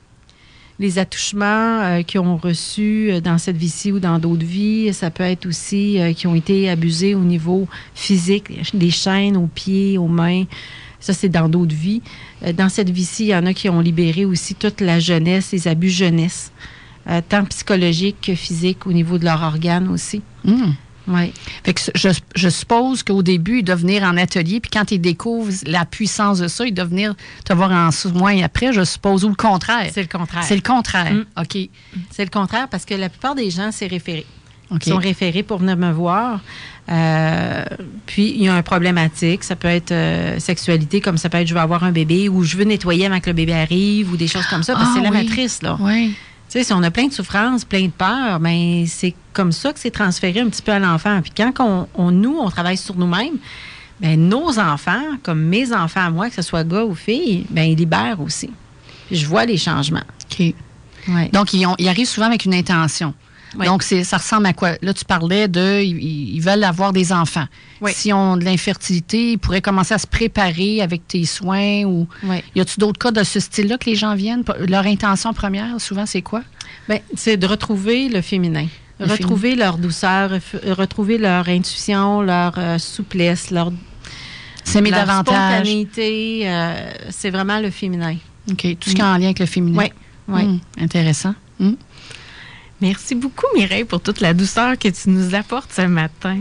Les attouchements euh, qu'ils ont reçus euh, dans cette vie-ci ou dans d'autres vies, ça peut être aussi euh, qui ont été abusés au niveau physique, des chaînes aux pieds, aux mains. Ça, c'est dans d'autres vies. Euh, dans cette vie-ci, il y en a qui ont libéré aussi toute la jeunesse, les abus jeunesse, euh, tant psychologiques que physiques au niveau de leurs organes aussi. Hum. Oui. Fait que je, je suppose qu'au début, ils doivent venir en atelier, puis quand ils découvrent la puissance de ça, ils doivent venir te voir en soin après, je suppose, ou le contraire. C'est le contraire. C'est le contraire. Mm. OK. C'est le contraire parce que la plupart des gens, c'est référé. OK. Ils sont référés pour venir me voir. Euh, puis, il y a un problématique. Ça peut être euh, sexualité, comme ça peut être je veux avoir un bébé ou je veux nettoyer avant que le bébé arrive ou des choses comme ça, parce que Ah, c'est la oui. matrice, là. Oui. Tu sais, si on a plein de souffrances, plein de peurs, bien, c'est comme ça que c'est transféré un petit peu à l'enfant. Puis quand on, on- nous, on travaille sur nous-mêmes, bien, nos enfants, comme mes enfants à moi, que ce soit gars ou filles, bien, ils libèrent aussi. Puis je vois les changements. OK. Ouais. Donc, ils, ont, ils arrivent souvent avec une intention. Oui. Donc, c'est, ça ressemble à quoi? Là, tu parlais de, ils, ils veulent avoir des enfants. Oui. S'ils ont de l'infertilité, ils pourraient commencer à se préparer avec tes soins ou... Oui. Y a-tu d'autres cas de ce style-là que les gens viennent? Leur intention première, souvent, c'est quoi? Bien, c'est de retrouver le féminin. Le retrouver leur douceur, ref- retrouver leur intuition, leur euh, souplesse, leur, S'aimer leur davantage. spontanéité. euh, c'est vraiment le féminin. OK. Tout ce qui est en lien avec le féminin. Oui. Oui. Hum, intéressant. Hum. Merci beaucoup, Mireille, pour toute la douceur que tu nous apportes ce matin.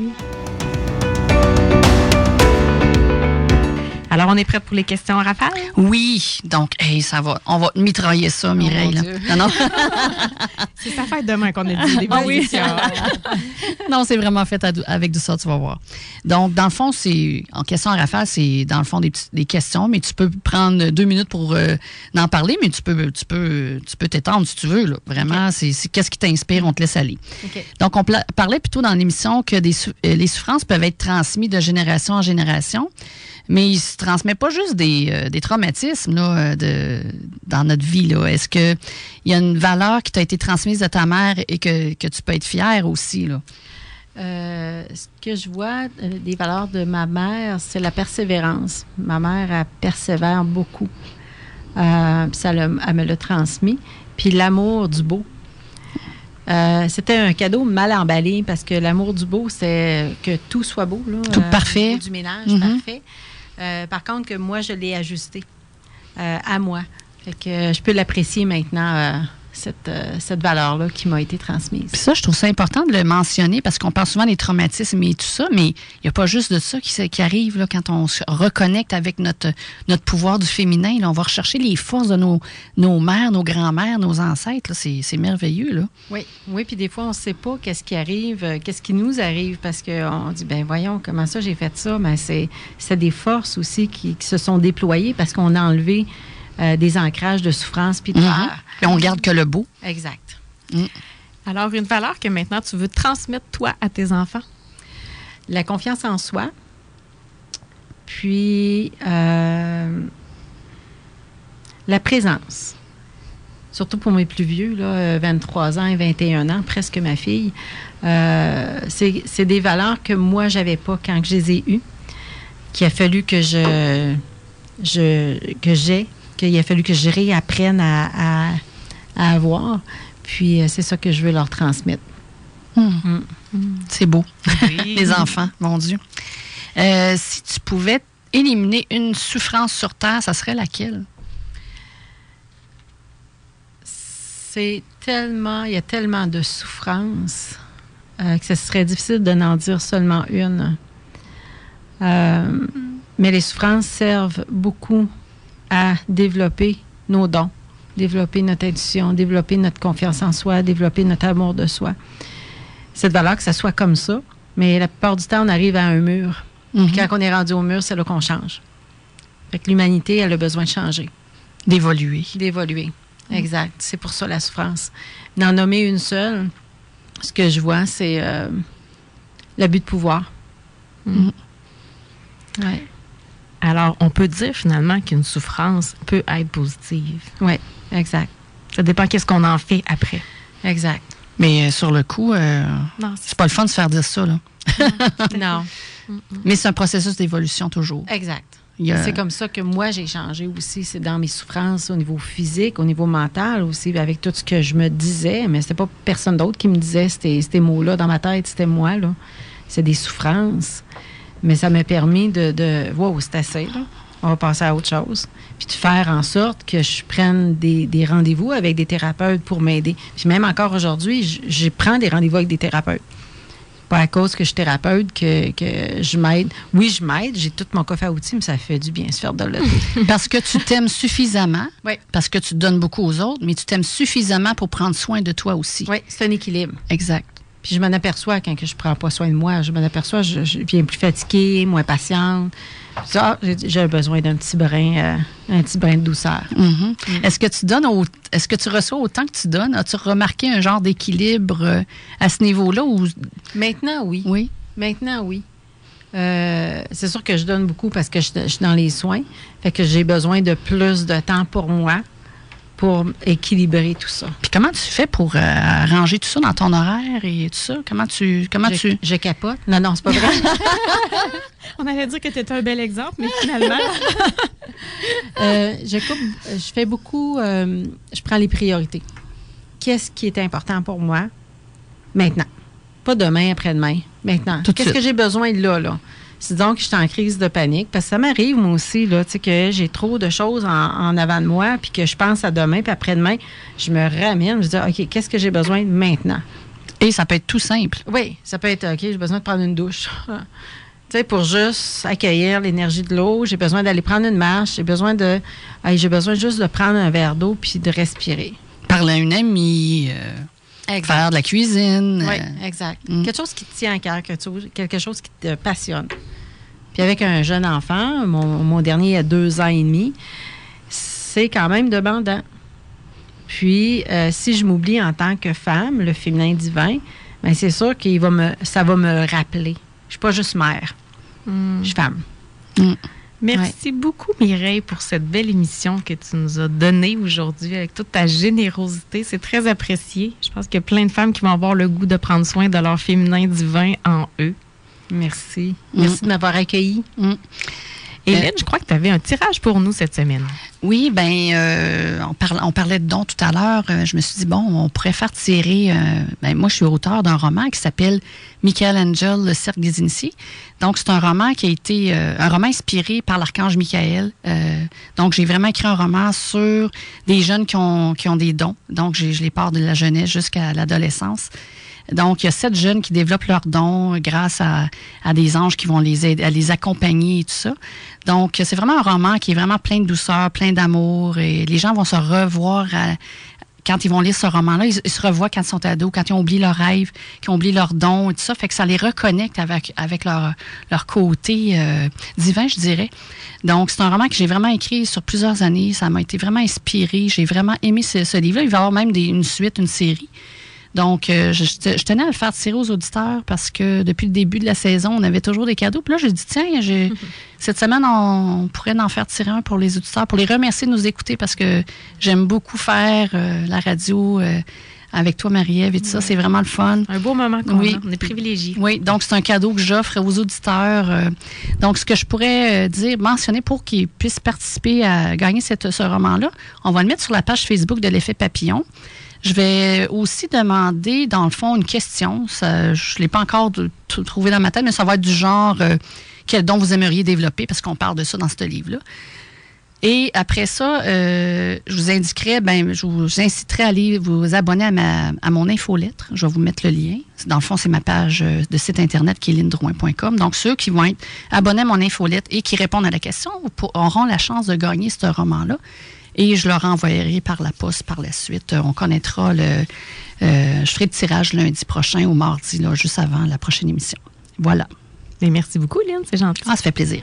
Alors, on est prêt pour les questions, Raphaël? Oui. Donc, hey, ça va. On va mitrailler ça, Mireille. mon là. Dieu. Non, non. C'est sa fête demain qu'on a dit. Ah oui. Non, c'est vraiment fait à dou- avec de ça, tu vas voir. Donc, dans le fond, c'est en question à Raphaël, c'est dans le fond des, petits- des questions, mais tu peux prendre deux minutes pour euh, en parler, mais tu peux, tu peux, tu peux t'étendre si tu veux. Là. Vraiment, c'est, c'est qu'est-ce qui t'inspire, on te laisse aller. OK. Donc, on pla- parlait plutôt dans l'émission que des sou- euh, les souffrances peuvent être transmises de génération en génération, mais il se transmet pas juste des, euh, des traumatismes là, euh, de, dans notre vie. Là. Est-ce qu'il y a une valeur qui t'a été transmise de ta mère et que, que tu peux être fière aussi? Là? Euh, ce que je vois euh, des valeurs de ma mère, c'est la persévérance. Ma mère, elle persévère beaucoup. Euh, puis ça l'a- elle me l'a transmis. Puis l'amour du beau. Euh, c'était un cadeau mal emballé parce que l'amour du beau, c'est que tout soit beau. Là, tout euh, parfait. Au niveau du ménage, Mm-hmm. parfait. Euh, par contre, que moi, je l'ai ajusté euh, à moi. Fait que euh, je peux l'apprécier maintenant, euh, cette, euh, cette valeur-là qui m'a été transmise. Puis ça, je trouve ça important de le mentionner parce qu'on parle souvent des traumatismes et tout ça, mais il n'y a pas juste de ça qui, qui arrive là, quand on se reconnecte avec notre, notre pouvoir du féminin. Là, on va rechercher les forces de nos, nos mères, nos grands-mères, nos ancêtres. Là. C'est, c'est merveilleux. Là. Oui, oui, puis des fois, on ne sait pas qu'est-ce qui arrive, euh, qu'est-ce qui nous arrive parce qu'on dit, ben voyons, comment ça j'ai fait ça? Mais c'est, c'est des forces aussi qui, qui se sont déployées parce qu'on a enlevé euh, des ancrages de souffrance puis de peur. Mm-hmm. Et on garde que le beau. Exact. Mm. Alors, une valeur que maintenant tu veux transmettre, toi, à tes enfants? La confiance en soi, puis euh, la présence. Surtout pour mes plus vieux, là, vingt-trois ans et vingt et un ans, presque ma fille. Euh, c'est, c'est des valeurs que moi, je n'avais pas quand je les ai eues, qu'il a fallu que je, je que j'ai, qu'il a fallu que je réapprenne à, à, à avoir. Puis, c'est ça que je veux leur transmettre. Mm. Mm. C'est beau. Oui. Les enfants, mon Dieu. Euh, si tu pouvais éliminer une souffrance sur Terre, ça serait laquelle? C'est tellement, il y a tellement de souffrances euh, que ce serait difficile de n'en dire seulement une. Euh, mais les souffrances servent beaucoup à développer nos dons, développer notre intuition, développer notre confiance en soi, développer notre amour de soi. C'est de valeur que ça soit comme ça, mais la plupart du temps, on arrive à un mur. Mm-hmm. Puis quand on est rendu au mur, c'est là qu'on change. Fait que l'humanité, elle a besoin de changer. D'évoluer. D'évoluer. Exact. C'est pour ça la souffrance. D'en nommer une seule, ce que je vois, c'est euh, l'abus de pouvoir. Mm. Ouais. Alors, on peut dire finalement qu'une souffrance peut être positive. Oui, exact. Ça dépend qu'est-ce qu'on en fait après. Exact. Mais euh, sur le coup, euh, Non, c'est pas le fun de se faire dire ça. Là. Non. Mais c'est un processus d'évolution toujours. Exact. Il y a- C'est comme ça que moi, j'ai changé aussi. C'est dans mes souffrances au niveau physique, au niveau mental aussi, avec tout ce que je me disais. Mais c'était pas personne d'autre qui me disait ces, ces mots-là dans ma tête. C'était moi, là. C'est des souffrances. Mais ça m'a permis de... de wow, c'est assez, là. On va passer à autre chose. Puis de faire en sorte que je prenne des, des rendez-vous avec des thérapeutes pour m'aider. Puis même encore aujourd'hui, je, je prends des rendez-vous avec des thérapeutes. Pas à cause que je suis thérapeute que, que je m'aide. Oui, je m'aide. J'ai tout mon coffre à outils, mais ça fait du bien se faire de l'autre. Parce que tu t'aimes suffisamment, Oui. parce que tu donnes beaucoup aux autres, mais tu t'aimes suffisamment pour prendre soin de toi aussi. Oui, c'est un équilibre. Exact. Puis je m'en aperçois quand que je prends pas soin de moi. Je m'en aperçois, je, je viens plus fatiguée, moins patiente. Ça, j'ai, j'ai besoin d'un petit brin, euh, un petit brin de douceur. Mhm. Est-ce que tu donnes, au- est-ce que tu reçois autant que tu donnes? As-tu remarqué un genre d'équilibre euh, à ce niveau-là? Ou... Maintenant, oui. Oui. Maintenant, oui. Euh, c'est sûr que je donne beaucoup parce que je, je suis dans les soins. Fait que j'ai besoin de plus de temps pour moi pour équilibrer tout ça. Puis comment tu fais pour euh, arranger tout ça dans ton horaire et tout ça? Comment tu... Comment je, tu... je capote. Non, non, c'est pas vrai. On allait dire que tu étais un bel exemple, mais finalement... Euh, je coupe, je fais beaucoup, euh, je prends les priorités. Qu'est-ce qui est important pour moi maintenant? Pas demain, après-demain, maintenant. Tout de Qu'est-ce suite. que j'ai besoin là, là? C'est donc que je suis en crise de panique, parce que ça m'arrive, moi aussi, là, tu sais, que j'ai trop de choses en, en avant de moi, puis que je pense à demain, puis après-demain, je me ramène, je dis, OK, qu'est-ce que j'ai besoin maintenant? Et ça peut être tout simple. Oui, ça peut être, OK, j'ai besoin de prendre une douche. Tu sais, pour juste accueillir l'énergie de l'eau, j'ai besoin d'aller prendre une marche, j'ai besoin de, hey, j'ai besoin juste de prendre un verre d'eau puis de respirer. Parler à une amie, euh, faire de la cuisine. Oui, euh, exact. mm. Quelque chose qui te tient à cœur, quelque chose, quelque chose qui te passionne. Puis avec un jeune enfant, mon, mon dernier a deux ans et demi, c'est quand même demandant. Puis, euh, si je m'oublie en tant que femme, le féminin divin, bien, c'est sûr qu'il va me, ça va me rappeler. Je suis pas juste mère, Mm. je suis femme. mm. Merci beaucoup, Mireille, pour cette belle émission que tu nous as donnée aujourd'hui avec toute ta générosité. C'est très apprécié. Je pense qu'il y a plein de femmes qui vont avoir le goût de prendre soin de leur féminin divin en eux. Merci. Merci de m'avoir accueilli. Mm. Hélène, je crois que tu avais un tirage pour nous cette semaine. Oui, bien, euh, on, parla, on parlait de dons tout à l'heure. Euh, je me suis dit, bon, on pourrait faire tirer... Euh, ben, moi, je suis auteur d'un roman qui s'appelle Michael Angel, le cercle des initiés. Donc, c'est un roman qui a été... Euh, un roman inspiré par l'archange Michael. Euh, donc, j'ai vraiment écrit un roman sur des jeunes qui ont, qui ont des dons. Donc, j'ai, je les pars de la jeunesse jusqu'à l'adolescence. Donc, il y a sept jeunes qui développent leurs dons grâce à, à des anges qui vont les aider, à les accompagner et tout ça. Donc, c'est vraiment un roman qui est vraiment plein de douceur, plein d'amour. Et les gens vont se revoir à, quand ils vont lire ce roman-là. Ils, ils se revoient quand ils sont ados, quand ils ont oublié leurs rêves, qu'ils ont oublié leurs dons et tout ça. Fait que ça les reconnecte avec, avec leur, leur côté euh, divin, je dirais. Donc, c'est un roman que j'ai vraiment écrit sur plusieurs années. Ça m'a été vraiment inspiré. J'ai vraiment aimé ce, ce livre-là. Il va y avoir même des, une suite, une série. Donc, euh, je, je tenais à le faire tirer aux auditeurs parce que depuis le début de la saison, on avait toujours des cadeaux. Puis là, j'ai dit, tiens, j'ai, mm-hmm. cette semaine, on, on pourrait en faire tirer un pour les auditeurs, pour les remercier de nous écouter parce que j'aime beaucoup faire euh, la radio euh, avec toi, Marie-Ève, et tout ouais. ça. C'est vraiment le fun. Un beau moment qu'on oui. a. On est privilégiés. Oui, donc c'est un cadeau que j'offre aux auditeurs. Euh, donc, ce que je pourrais euh, dire, mentionner pour qu'ils puissent participer à gagner cette, ce roman-là, on va le mettre sur la page Facebook de l'Effet Papillon. Je vais aussi demander, dans le fond, une question. Ça, je ne l'ai pas encore de, de, trouvé dans ma tête, mais ça va être du genre euh, quel don vous aimeriez développer, parce qu'on parle de ça dans ce livre-là. Et après ça, euh, je vous indiquerai, ben, je vous inciterai à aller vous abonner à, ma, à mon infolettre. Je vais vous mettre le lien. Dans le fond, c'est ma page de site Internet qui est lynne drouin point com. Donc, ceux qui vont être abonnés à mon infolettre et qui répondent à la question auront la chance de gagner ce roman-là. Et je leur envoyerai par la poste par la suite. On connaîtra le... Euh, je ferai le tirage lundi prochain ou mardi, là, juste avant la prochaine émission. Voilà. Et merci beaucoup, Lynne. C'est gentil. Ah, ça fait plaisir.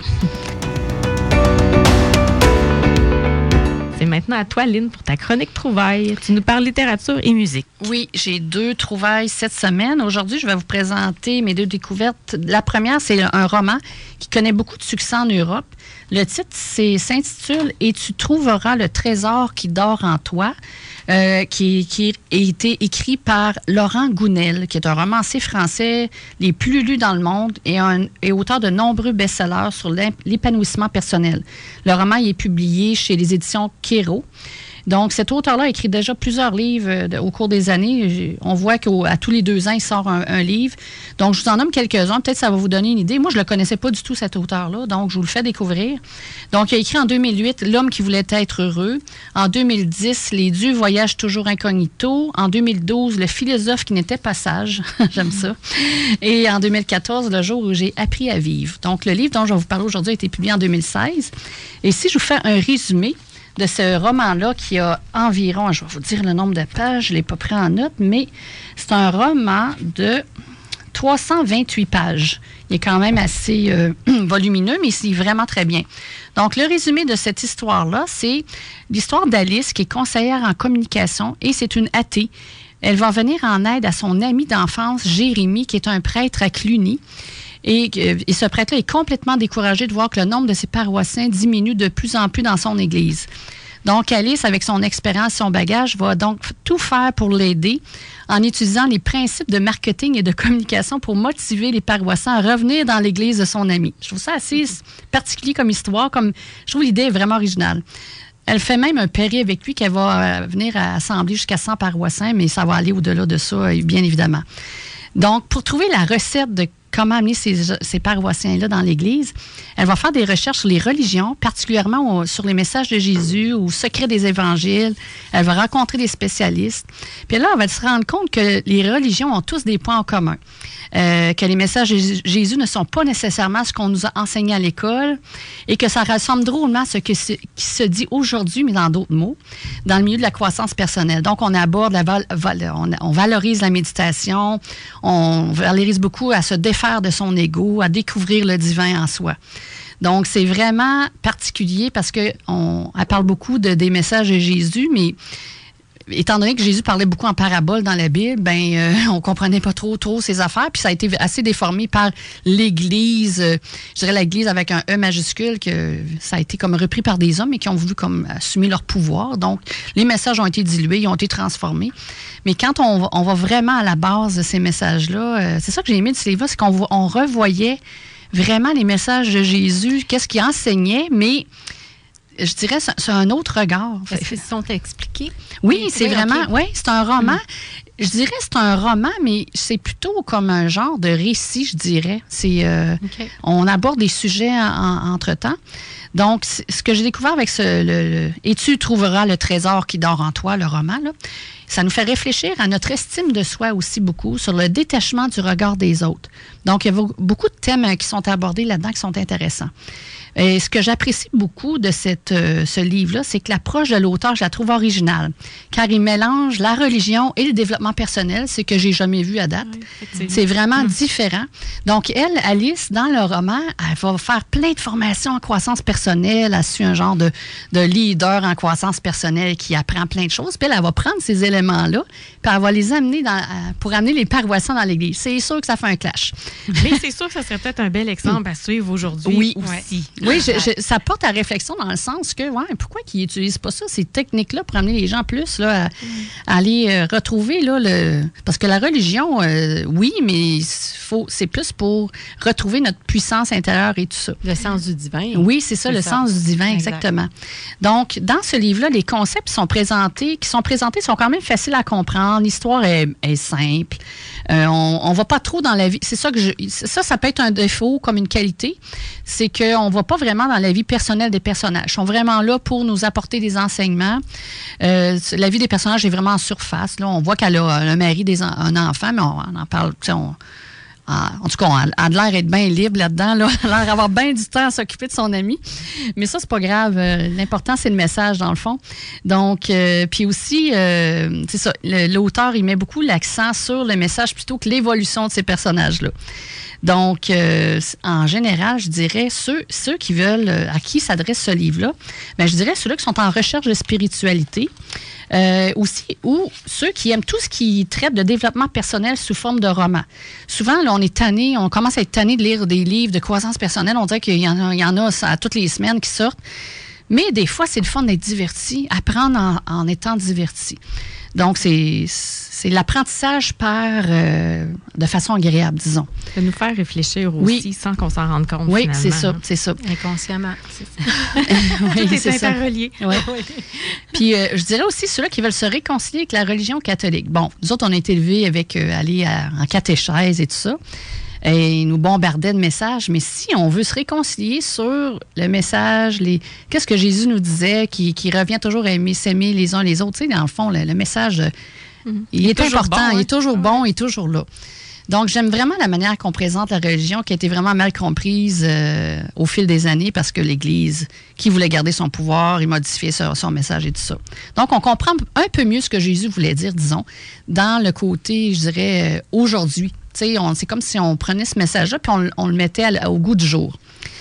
C'est maintenant à toi, Lynne, pour ta chronique trouvaille. Tu nous parles littérature et musique. Oui, j'ai deux trouvailles cette semaine. Aujourd'hui, je vais vous présenter mes deux découvertes. La première, c'est un roman qui connaît beaucoup de succès en Europe. Le titre c'est, s'intitule « Et tu trouveras le trésor qui dort en toi euh, », qui, qui a été écrit par Laurent Gounel, qui est un romancier français les plus lus dans le monde et, un, et auteur de nombreux best-sellers sur l'épanouissement personnel. Le roman il est publié chez les éditions Kéro. Donc, cet auteur-là a écrit déjà plusieurs livres euh, de, au cours des années. On voit qu'à tous les deux ans, il sort un, un livre. Donc, je vous en nomme quelques-uns. Peut-être que ça va vous donner une idée. Moi, je ne le connaissais pas du tout, cet auteur-là. Donc, je vous le fais découvrir. Donc, il a écrit en deux mille huit « L'homme qui voulait être heureux ». En deux mille dix, « Les dieux voyagent toujours incognito ». En deux mille douze, « Le philosophe qui n'était pas sage ». J'aime ça. Et en deux mille quatorze, « Le jour où j'ai appris à vivre ». Donc, le livre dont je vais vous parler aujourd'hui a été publié en deux mille seize. Et si je vous fais un résumé de ce roman-là qui a environ, je vais vous dire le nombre de pages, je ne l'ai pas pris en note, mais c'est un roman de trois cent vingt-huit pages. Il est quand même assez euh, volumineux, mais c'est vraiment très bien. Donc, le résumé de cette histoire-là, c'est l'histoire d'Alice qui est conseillère en communication et c'est une athée. Elle va venir en aide à son ami d'enfance, Jérémie, qui est un prêtre à Cluny. Et, et ce prêtre-là est complètement découragé de voir que le nombre de ses paroissiens diminue de plus en plus dans son église. Donc, Alice, avec son expérience et son bagage, va donc tout faire pour l'aider en utilisant les principes de marketing et de communication pour motiver les paroissiens à revenir dans l'église de son ami. Je trouve ça assez particulier comme histoire. Comme, je trouve l'idée est vraiment originale. Elle fait même un pari avec lui qu'elle va venir assembler jusqu'à cent paroissiens, mais ça va aller au-delà de ça, bien évidemment. Donc, pour trouver la recette de comment amener ces, ces paroissiens-là dans l'Église, elle va faire des recherches sur les religions, particulièrement au, sur les messages de Jésus ou secrets des évangiles. Elle va rencontrer des spécialistes. Puis là, elle va se rendre compte que les religions ont tous des points en commun. Euh, que les messages de Jésus ne sont pas nécessairement ce qu'on nous a enseigné à l'école et que ça ressemble drôlement à ce que se, qui se dit aujourd'hui, mais dans d'autres mots, dans le milieu de la croissance personnelle. Donc, on aborde, la val, val, on, on valorise la méditation, on valorise beaucoup à se défaire de son ego, à découvrir le divin en soi. Donc, c'est vraiment particulier parce qu'elle parle beaucoup de, des messages de Jésus, mais étant donné que Jésus parlait beaucoup en parabole dans la Bible, ben euh, on comprenait pas trop trop ses affaires, puis ça a été assez déformé par l'Église, euh, je dirais l'Église avec un E majuscule, que ça a été comme repris par des hommes et qui ont voulu comme assumer leur pouvoir. Donc, les messages ont été dilués, ils ont été transformés. Mais quand on va, on va vraiment à la base de ces messages-là, euh, c'est ça que j'ai aimé de ce livre-là, c'est qu'on on revoyait vraiment les messages de Jésus, qu'est-ce qu'il enseignait, mais je dirais c'est, c'est un autre regard. Est-ce qu'ils sont expliqués? Oui, c'est oui, vraiment, okay. oui, c'est un roman. Mm. Je dirais c'est un roman, mais c'est plutôt comme un genre de récit, je dirais. C'est, euh, okay. On aborde des sujets en, en, entre-temps. Donc, ce que j'ai découvert avec ce, le, le « Et tu trouveras le trésor qui dort en toi », le roman, là, ça nous fait réfléchir à notre estime de soi aussi beaucoup, sur le détachement du regard des autres. Donc, il y a beaucoup de thèmes qui sont abordés là-dedans qui sont intéressants. Et ce que j'apprécie beaucoup de cette, euh, ce livre-là, c'est que l'approche de l'auteur, je la trouve originale, car il mélange la religion et le développement personnel, ce que j'ai jamais vu à date. Oui, c'est vraiment mmh. différent. Donc, elle, Alice, dans le roman, elle va faire plein de formations en croissance personnelle. Elle suit un genre de, de leader en croissance personnelle qui apprend plein de choses. Puis elle, elle va prendre ces éléments-là, puis elle va les amener dans, pour amener les paroissiens dans l'Église. C'est sûr que ça fait un clash. Mais c'est sûr que ça serait peut-être un bel exemple à suivre aujourd'hui oui. aussi. Oui, je, je, ça porte à réflexion dans le sens que, ouais, pourquoi qu'ils n'utilisent pas ça, ces techniques-là, pour amener les gens plus là, à, à aller euh, retrouver, là, le... parce que la religion, euh, oui, mais faut, c'est plus pour retrouver notre puissance intérieure et tout ça. Le sens du divin. Oui, c'est ça, c'est le ça. sens du divin, exact. Exactement. Donc, dans ce livre-là, les concepts qui sont présentés, qui sont présentés sont quand même faciles à comprendre. L'histoire est, est simple. Euh, on ne va pas trop dans la vie. C'est ça que je, ça, ça peut être un défaut comme une qualité. C'est qu'on ne va pas vraiment dans la vie personnelle des personnages. Ils sont vraiment là pour nous apporter des enseignements. Euh, la vie des personnages est vraiment en surface. Là, on voit qu'elle a un mari, des, un enfant, mais on, on en parle. On, en tout cas, elle a l'air d'être bien libre là-dedans. Là. Elle a l'air d'avoir bien du temps à s'occuper de son ami. Mais ça, c'est pas grave. Euh, l'important, c'est le message, dans le fond. Donc, euh, puis aussi, euh, c'est ça, le, l'auteur, il met beaucoup l'accent sur le message plutôt que l'évolution de ces personnages-là. Donc, euh, en général, je dirais, ceux, ceux qui veulent, à qui s'adresse ce livre-là, bien, je dirais ceux-là qui sont en recherche de spiritualité, euh, aussi, ou ceux qui aiment tout ce qui traite de développement personnel sous forme de roman. Souvent, là, on est tanné, on commence à être tanné de lire des livres de croissance personnelle. On dirait qu'il y en a, il y en a à toutes les semaines qui sortent. Mais des fois, c'est le fun d'être diverti, apprendre en, en étant diverti. Donc, c'est, c'est l'apprentissage par euh, de façon agréable, disons. De nous faire réfléchir aussi oui. sans qu'on s'en rende compte. Oui, c'est ça, c'est ça. Inconsciemment, c'est ça. oui, Tout c'est est interrelié. Oui. Puis, euh, je dirais aussi ceux-là qui veulent se réconcilier avec la religion catholique. Bon, nous autres, on a été élevés avec euh, aller à, en catéchèse et tout ça. Et ils nous bombardaient de messages. Mais si on veut se réconcilier sur le message, les qu'est-ce que Jésus nous disait, qui, qui revient toujours à aimer, s'aimer les uns les autres, tu sais, dans le fond, le, le message, mm-hmm. il, il est, est important, bon, hein? Il est toujours bon, il est toujours là. Donc, j'aime vraiment la manière qu'on présente la religion qui a été vraiment mal comprise euh, au fil des années parce que l'Église, qui voulait garder son pouvoir, il modifiait son, son message et tout ça. Donc, on comprend un peu mieux ce que Jésus voulait dire, disons, dans le côté, je dirais, euh, aujourd'hui. On, c'est comme si on prenait ce message-là puis on, on le mettait à, au goût du jour.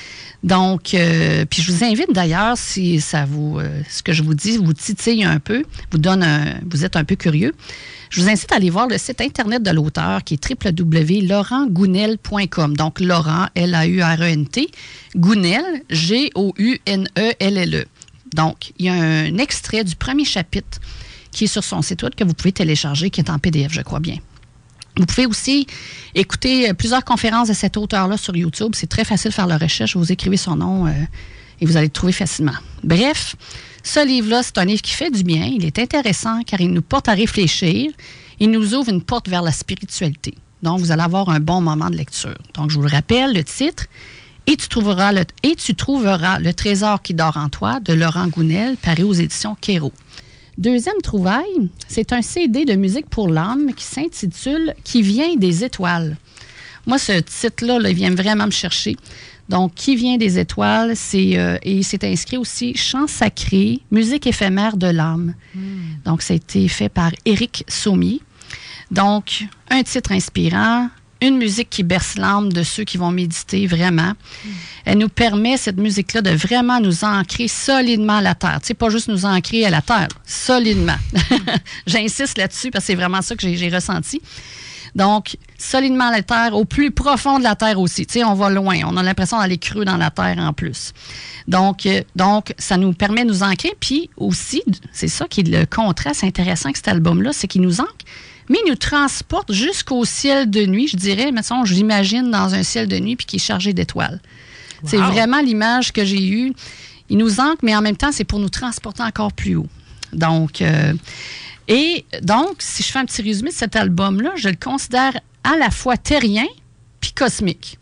Donc, euh, puis je vous invite d'ailleurs, si ça vous, euh, ce que je vous dis vous titille un peu, vous donne un, vous êtes un peu curieux, je vous incite à aller voir le site Internet de l'auteur qui est w w w point laurent gounel point com. Donc, Laurent, L A U R E N T, Gounel, G O U N E L L E. Donc, il y a un extrait du premier chapitre qui est sur son site web que vous pouvez télécharger, qui est en P D F, je crois bien. Vous pouvez aussi écouter plusieurs conférences de cet auteur-là sur YouTube. C'est très facile de faire la recherche. Vous écrivez son nom euh, et vous allez le trouver facilement. Bref, ce livre-là, c'est un livre qui fait du bien. Il est intéressant car il nous porte à réfléchir. Il nous ouvre une porte vers la spiritualité. Donc, vous allez avoir un bon moment de lecture. Donc, je vous le rappelle, le titre, « Et tu trouveras le, et tu trouveras le trésor qui dort en toi » de Laurent Gounel, paru aux éditions Kéro. Deuxième trouvaille, c'est un C D de musique pour l'âme qui s'intitule « Qui vient des étoiles ». Moi, ce titre-là, là, il vient vraiment me chercher. Donc, « Qui vient des étoiles », c'est, euh, et c'est inscrit aussi « Chant sacré, musique éphémère de l'âme mm. ». Donc, ça a été fait par Éric Sommier. Donc, un titre inspirant, une musique qui berce l'âme de ceux qui vont méditer vraiment. Mm. Elle nous permet, cette musique-là, de vraiment nous ancrer solidement à la terre. Tu sais, pas juste nous ancrer à la terre, solidement. J'insiste là-dessus parce que c'est vraiment ça que j'ai, j'ai ressenti. Donc, solidement à la terre, au plus profond de la terre aussi. Tu sais, on va loin. On a l'impression d'aller creux dans la terre en plus. Donc, euh, donc, ça nous permet de nous ancrer. Puis aussi, c'est ça qui est le contraste intéressant avec cet album-là, c'est qu'il nous ancre mais il nous transporte jusqu'au ciel de nuit, je dirais, mettons, je l'imagine dans un ciel de nuit puis qui est chargé d'étoiles. Wow. C'est vraiment l'image que j'ai eue. Il nous ancre, mais en même temps, c'est pour nous transporter encore plus haut. Donc, euh, et donc, si je fais un petit résumé de cet album-là, je le considère à la fois terrien puis cosmique.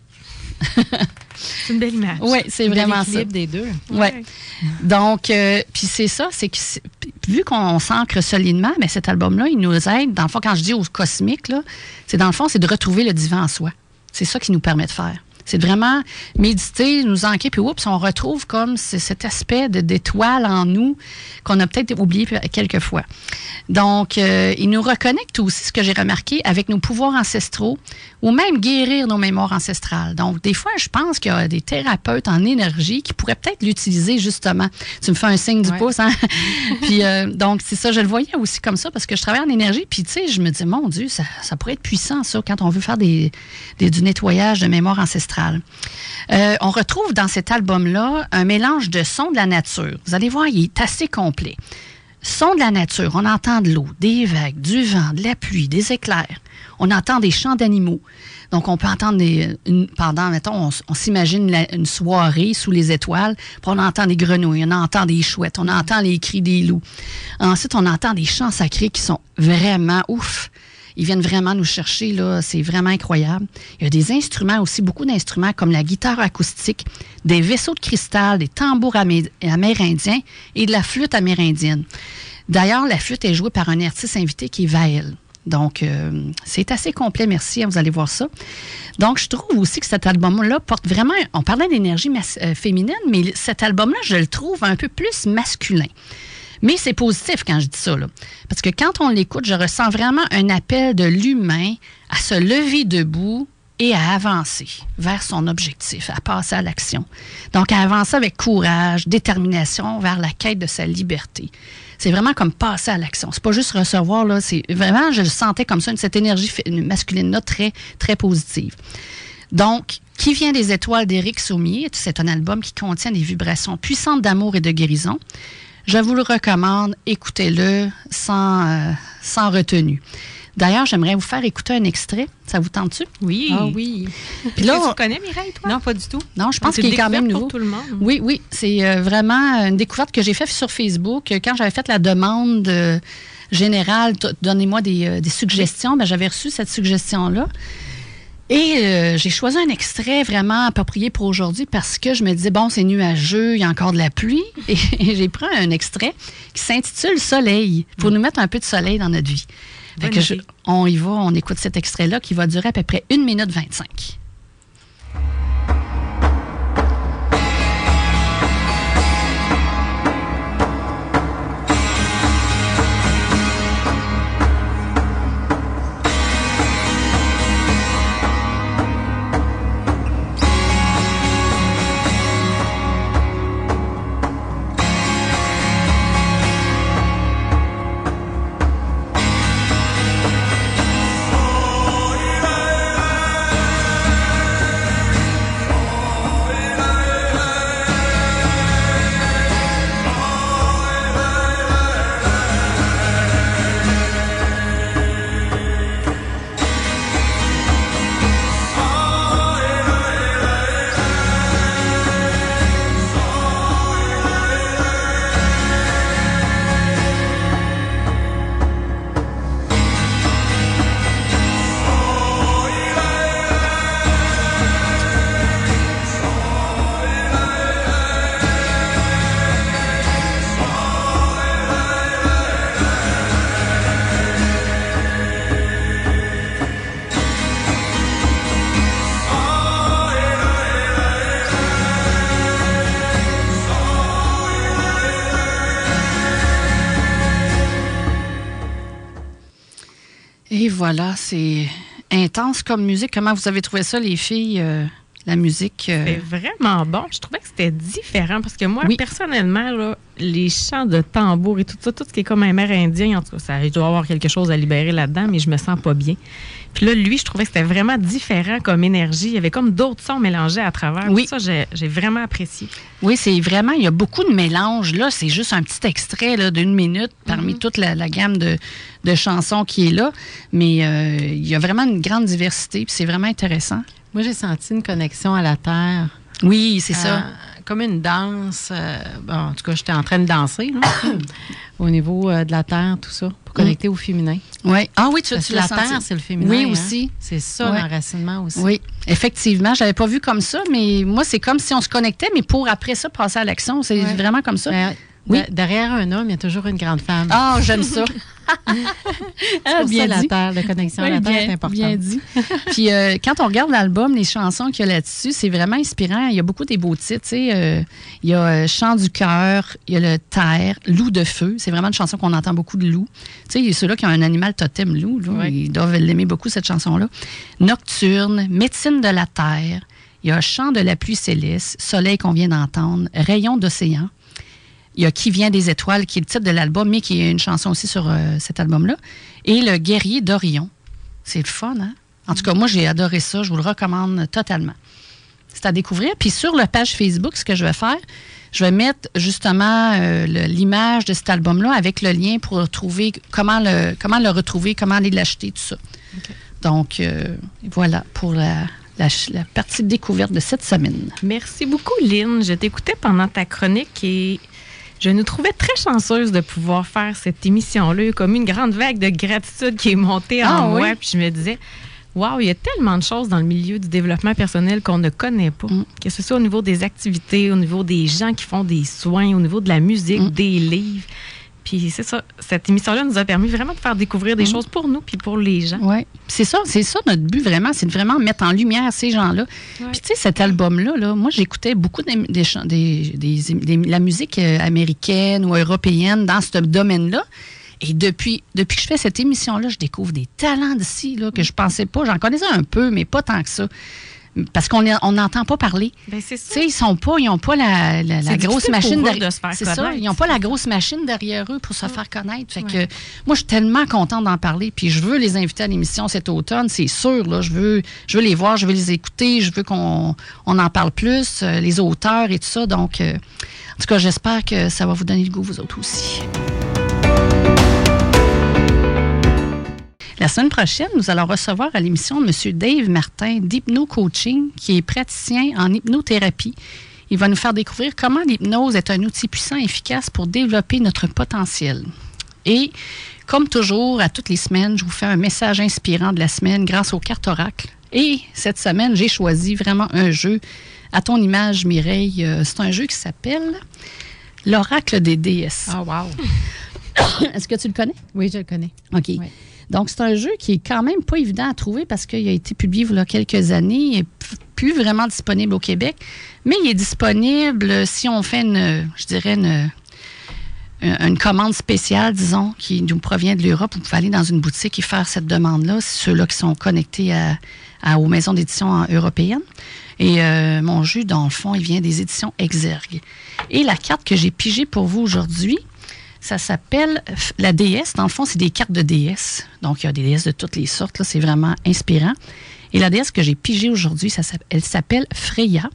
C'est une belle image. Oui, c'est une vraiment belle ça. des deux. Oui. Ouais. Donc, euh, puis c'est ça, c'est que c'est, vu qu'on s'ancre solidement, mais cet album-là, il nous aide. Dans le fond, quand je dis au cosmique, là, c'est dans le fond, c'est de retrouver le divin en soi. C'est ça qui nous permet de faire. C'est de vraiment méditer, nous ancrer, puis oups, on retrouve comme cet aspect de, d'étoile en nous qu'on a peut-être oublié quelques fois. Donc, euh, il nous reconnecte aussi, ce que j'ai remarqué, avec nos pouvoirs ancestraux ou même guérir nos mémoires ancestrales. Donc, des fois, je pense qu'il y a des thérapeutes en énergie qui pourraient peut-être l'utiliser justement. Tu me fais un signe du ouais. pouce, hein? Puis, euh, donc, c'est ça, je le voyais aussi comme ça parce que je travaille en énergie. Puis, tu sais, je me dis, mon Dieu, ça, ça pourrait être puissant, ça, quand on veut faire des, des, du nettoyage de mémoire ancestrale. Euh, on retrouve dans cet album-là un mélange de sons de la nature. Vous allez voir, il est assez complet. Sons de la nature, on entend de l'eau, des vagues, du vent, de la pluie, des éclairs. On entend des chants d'animaux. Donc, on peut entendre des, une, pendant, mettons, on, on s'imagine la, une soirée sous les étoiles, puis on entend des grenouilles, on entend des chouettes, on entend les cris des loups. Ensuite, on entend des chants sacrés qui sont vraiment ouf. Ils viennent vraiment nous chercher, là, c'est vraiment incroyable. Il y a des instruments aussi, beaucoup d'instruments comme la guitare acoustique, des vaisseaux de cristal, des tambours amé- amérindiens et de la flûte amérindienne. D'ailleurs, la flûte est jouée par un artiste invité qui est Vaël. Donc, euh, c'est assez complet, merci, hein, vous allez voir ça. Donc, je trouve aussi que cet album-là porte vraiment... On parlait d'énergie mas- euh, féminine, mais cet album-là, je le trouve un peu plus masculin. Mais c'est positif quand je dis ça, là. Parce que quand on l'écoute, je ressens vraiment un appel de l'humain à se lever debout et à avancer vers son objectif, à passer à l'action. Donc, à avancer avec courage, détermination vers la quête de sa liberté. C'est vraiment comme passer à l'action. C'est pas juste recevoir, là. C'est vraiment, je le sentais comme ça, cette énergie masculine-là très, très positive. Donc, Qui vient des étoiles d'Éric Saumier, c'est un album qui contient des vibrations puissantes d'amour et de guérison. Je vous le recommande, écoutez-le sans, euh, sans retenue. D'ailleurs, j'aimerais vous faire écouter un extrait. Ça vous tente-tu? Oui. Ah oui. Puis là, tu connais Mireille, toi? Non, pas du tout. Non, je pense qu'il est quand même nouveau. Pour tout le monde. Oui, oui. C'est euh, vraiment une découverte que j'ai faite sur Facebook. Quand j'avais fait la demande euh, générale, donnez-moi des, euh, des suggestions, ben, j'avais reçu cette suggestion-là. Et euh, j'ai choisi un extrait vraiment approprié pour aujourd'hui parce que je me disais, bon, c'est nuageux, il y a encore de la pluie. Et, et j'ai pris un extrait qui s'intitule « Soleil » pour mmh. nous mettre un peu de soleil dans notre vie. Fait que je, on y va, on écoute cet extrait-là qui va durer à peu près une minute vingt-cinq. Et voilà, c'est intense comme musique. Comment vous avez trouvé ça, les filles, euh, la musique? Euh... C'est vraiment bon. Je trouvais que c'était différent parce que moi, oui. personnellement, là, les chants de tambour et tout ça, tout ce qui est comme un amérindien, en tout cas, ça, il doit y avoir quelque chose à libérer là-dedans, mais je me sens pas bien. Puis là, lui, je trouvais que c'était vraiment différent comme énergie. Il y avait comme d'autres sons mélangés à travers. Oui. Ça, j'ai, j'ai vraiment apprécié. Oui, c'est vraiment, il y a beaucoup de mélanges. Là, c'est juste un petit extrait là, d'une minute parmi Mm-hmm. toute la, la gamme de, de chansons qui est là. Mais euh, il y a vraiment une grande diversité, puis c'est vraiment intéressant. Moi, j'ai senti une connexion à la terre. Oui, c'est Euh, ça. Comme une danse. euh, bon, en tout cas, j'étais en train de danser là, au niveau euh, de la terre, tout ça, pour connecter au féminin. Oui. Ah oui, tu, Parce tu que l'as la senti. terre, c'est le féminin. Oui, hein. aussi. C'est ça, Ouais. l'enracinement aussi. Oui, effectivement. Je l'avais pas vu comme ça, mais moi, c'est comme si on se connectait, mais pour après ça, passer à l'action. C'est Ouais. vraiment comme ça. Mais, Oui. de- derrière un homme, il y a toujours une grande femme. Ah, j'aime ça. c'est pour bien ça, la dit. terre, la connexion à Oui, la terre, bien, c'est important. bien dit. Puis euh, quand on regarde l'album, les chansons qu'il y a là-dessus, c'est vraiment inspirant. Il y a beaucoup des beaux titres. Tu sais, euh, il y a euh, Chant du cœur, il y a le Terre, Loup de feu. C'est vraiment une chanson qu'on entend beaucoup de loup. Tu sais, il y a ceux-là qui ont un animal totem loup. Là, Ouais. Ils doivent l'aimer beaucoup, cette chanson-là. Nocturne, Médecine de la terre. Il y a Chant de la pluie céleste, Soleil qu'on vient d'entendre, Rayon d'océan. Il y a Qui vient des étoiles, qui est le titre de l'album, mais qui est une chanson aussi sur euh, cet album-là. Et Le guerrier d'Orion. C'est le fun, hein? En tout cas, moi, j'ai adoré ça. Je vous le recommande totalement. C'est à découvrir. Puis sur la page Facebook, ce que je vais faire, je vais mettre justement euh, le- l'image de cet album-là avec le lien pour retrouver comment le, comment le retrouver, comment aller l'acheter, tout ça. OK. Donc, euh, voilà pour la, la, la partie découverte de cette semaine. Merci beaucoup, Lynn. Je t'écoutais pendant ta chronique et je nous trouvais très chanceuse de pouvoir faire cette émission-là. Il y a comme une grande vague de gratitude qui est montée Ah, en oui. moi. Puis je me disais, waouh, il y a tellement de choses dans le milieu du développement personnel qu'on ne connaît pas. Mm. Que ce soit au niveau des activités, au niveau des gens qui font des soins, au niveau de la musique, Mm. des livres. Puis c'est ça, cette émission-là nous a permis vraiment de faire découvrir des Mm. choses pour nous puis pour les gens. Oui, c'est ça, c'est ça notre but vraiment, c'est de vraiment mettre en lumière ces gens-là. Ouais. Puis tu sais, cet album-là, là, moi j'écoutais beaucoup des, des, chants- des, des- des- la musique euh, américaine ou européenne dans ce domaine-là. Et depuis, depuis que je fais cette émission-là, je découvre des talents d'ici là, que je pensais pas. J'en connaissais un peu, mais pas tant que ça. Parce qu'on on n'entend pas parler. Ben, c'est Tu ça. sais, ils sont pas, ils n'ont pas la, la, la C'est grosse difficile machine pour eux derrière. de se faire C'est ça, connaître. ils n'ont pas la grosse machine derrière eux pour se faire connaître. Fait Ouais. que moi, je suis tellement contente d'en parler. Puis je veux les inviter à l'émission cet automne, c'est sûr. Là, je veux, je veux les voir, je veux les écouter, je veux qu'on on en parle plus, euh, les auteurs et tout ça. Donc, euh, en tout cas, j'espère que ça va vous donner le goût vous autres aussi. La semaine prochaine, nous allons recevoir à l'émission M. Dave Martin d'Hypno-Coaching, qui est praticien en hypnothérapie. Il va nous faire découvrir comment l'hypnose est un outil puissant et efficace pour développer notre potentiel. Et, comme toujours, à toutes les semaines, je vous fais un message inspirant de la semaine grâce aux cartes oracles. Et cette semaine, j'ai choisi vraiment un jeu à ton image, Mireille. Euh, C'est un jeu qui s'appelle l'Oracle des déesses. Ah, wow. Est-ce que tu le connais? Oui, je le connais. OK. Oui. Donc, c'est un jeu qui est quand même pas évident à trouver parce qu'il a été publié il y a quelques années. Il n'est plus vraiment disponible au Québec, mais il est disponible si on fait une, je dirais, une, une commande spéciale, disons, qui nous provient de l'Europe. Vous pouvez aller dans une boutique et faire cette demande-là, ceux-là qui sont connectés à, à, aux maisons d'édition européennes. Et euh, mon jeu, dans le fond, il vient des éditions Exergue. Et la carte que j'ai pigée pour vous aujourd'hui, ça s'appelle la déesse. Dans le fond, c'est des cartes de déesses. Donc, il y a des déesses de toutes les sortes. Là, c'est vraiment inspirant. Et la déesse que j'ai pigée aujourd'hui, ça s'appelle, elle s'appelle Freya.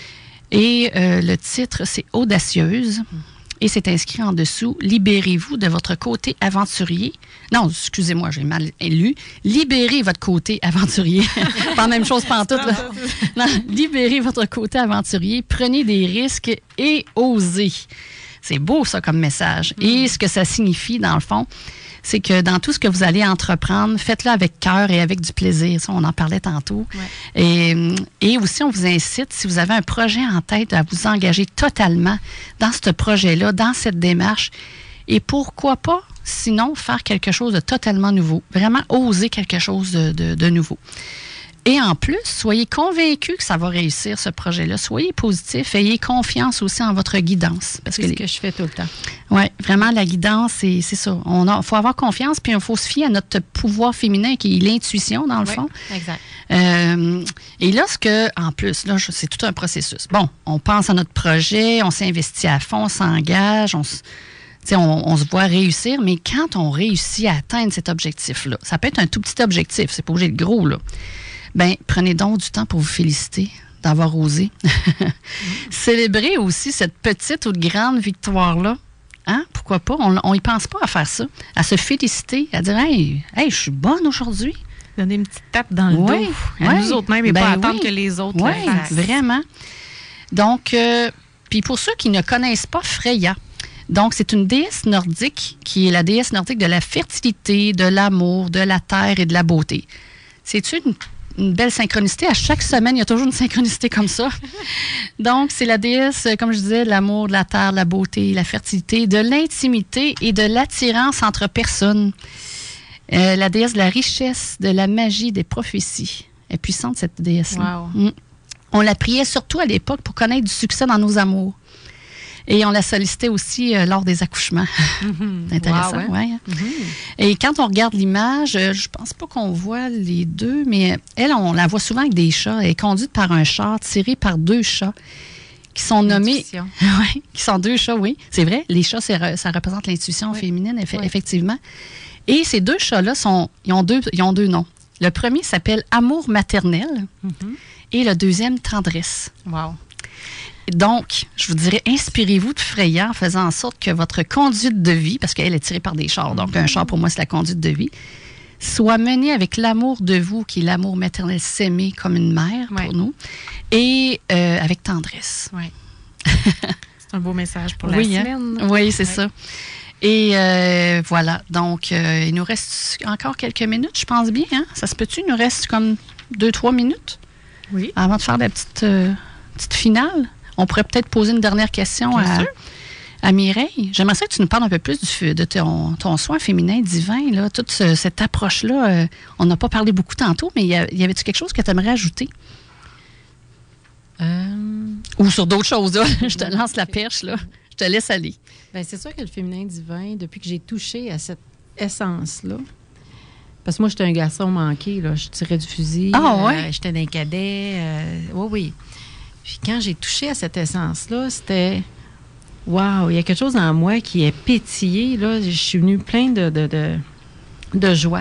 Et euh, le titre, c'est Audacieuse. Et c'est inscrit en dessous, libérez-vous de votre côté aventurier. Non, excusez-moi, j'ai mal lu. Libérez votre côté aventurier. Pas la même chose pantoute, là. Non, libérez votre côté aventurier, prenez des risques et osez. C'est beau, ça, comme message. Mm. Et ce que ça signifie, dans le fond, c'est que dans tout ce que vous allez entreprendre, faites-le avec cœur et avec du plaisir. Ça, on en parlait tantôt. Ouais. Et, et aussi, on vous incite, si vous avez un projet en tête, à vous engager totalement dans ce projet-là, dans cette démarche. Et pourquoi pas, sinon, faire quelque chose de totalement nouveau. Vraiment oser quelque chose de, de, de nouveau. Et en plus, soyez convaincus que ça va réussir, ce projet-là. Soyez positif, ayez confiance aussi en votre guidance. Parce C'est que ce les... que je fais tout le temps. Oui, vraiment, la guidance, c'est, c'est ça. Il faut avoir confiance, puis il faut se fier à notre pouvoir féminin, qui est l'intuition, dans le Oui, fond. exact. Euh, et là, ce que, en plus, là, c'est tout un processus. Bon, on pense à notre projet, on s'investit à fond, on s'engage, on, on, on se voit réussir, mais quand on réussit à atteindre cet objectif-là, ça peut être un tout petit objectif, c'est pas obligé de gros, là. Bien, prenez donc du temps pour vous féliciter d'avoir osé. Célébrer aussi cette petite ou de grande victoire-là. Hein? Pourquoi pas? On n'y pense pas à faire ça, à se féliciter, à dire « Hey, hey, je suis bonne aujourd'hui. » Donner une petite tape dans le ouais, dos à ouais. nous autres mêmes et ben pas attendre oui. que les autres ouais, le fassent. Vraiment. Donc, euh, puis pour ceux qui ne connaissent pas Freya, donc c'est une déesse nordique qui est la déesse nordique de la fertilité, de l'amour, de la terre et de la beauté. C'est une Une belle synchronicité. À chaque semaine, il y a toujours une synchronicité comme ça. Donc, c'est la déesse, comme je disais, de l'amour, de la terre, de la beauté, la fertilité, de l'intimité et de l'attirance entre personnes. Euh, la déesse de la richesse, de la magie, des prophéties. Elle est puissante, cette déesse-là. Wow. Mm. On la priait surtout à l'époque pour connaître du succès dans nos amours. Et on la sollicitait aussi euh, lors des accouchements. Mm-hmm. C'est intéressant, wow, ouais. Mm-hmm. Et quand on regarde l'image, euh, je pense pas qu'on voit les deux, mais elle, on la voit souvent avec des chats. Elle est conduite par un char tiré par deux chats qui sont nommés... Oui, qui sont deux chats, oui. C'est vrai, les chats, c'est re, ça représente l'intuition oui. féminine, eff- oui. effectivement. Et ces deux chats-là, sont, ils, ont deux, ils ont deux noms. Le premier s'appelle Amour maternel mm-hmm. et le deuxième Tendresse. Wow. Donc, je vous dirais, inspirez-vous de Freya en faisant en sorte que votre conduite de vie, parce qu'elle est tirée par des chars, donc un char pour moi c'est la conduite de vie, soit menée avec l'amour de vous, qui est l'amour maternel, s'aimer comme une mère pour oui. nous, et euh, avec tendresse. Oui. C'est un beau message pour la oui, semaine. Hein? Oui, c'est oui. ça. Et euh, voilà, donc euh, il nous reste encore quelques minutes, je pense bien. Hein? Ça se peut-tu? Il nous reste comme deux, trois minutes oui. avant de faire la petite, euh, petite finale. On pourrait peut-être poser une dernière question à, à Mireille. J'aimerais ça que tu nous parles un peu plus du, de ton, ton soin féminin divin, là, toute ce, cette approche-là. Euh, on n'a pas parlé beaucoup tantôt, mais y, a, y avait-tu quelque chose que tu aimerais ajouter? Euh... Ou sur d'autres choses, là. Je te lance la perche, là. Je te laisse aller. Bien, c'est sûr que le féminin divin, depuis que j'ai touché à cette essence-là, parce que moi, j'étais un garçon manqué, là. Je tirais du fusil. Ah, ouais? Euh, j'étais d'un cadet. Euh, oui, oui. Puis quand j'ai touché à cette essence-là, c'était « Wow! » Il y a quelque chose en moi qui est pétillé. Là. Je suis venue plein de, de, de, de joie.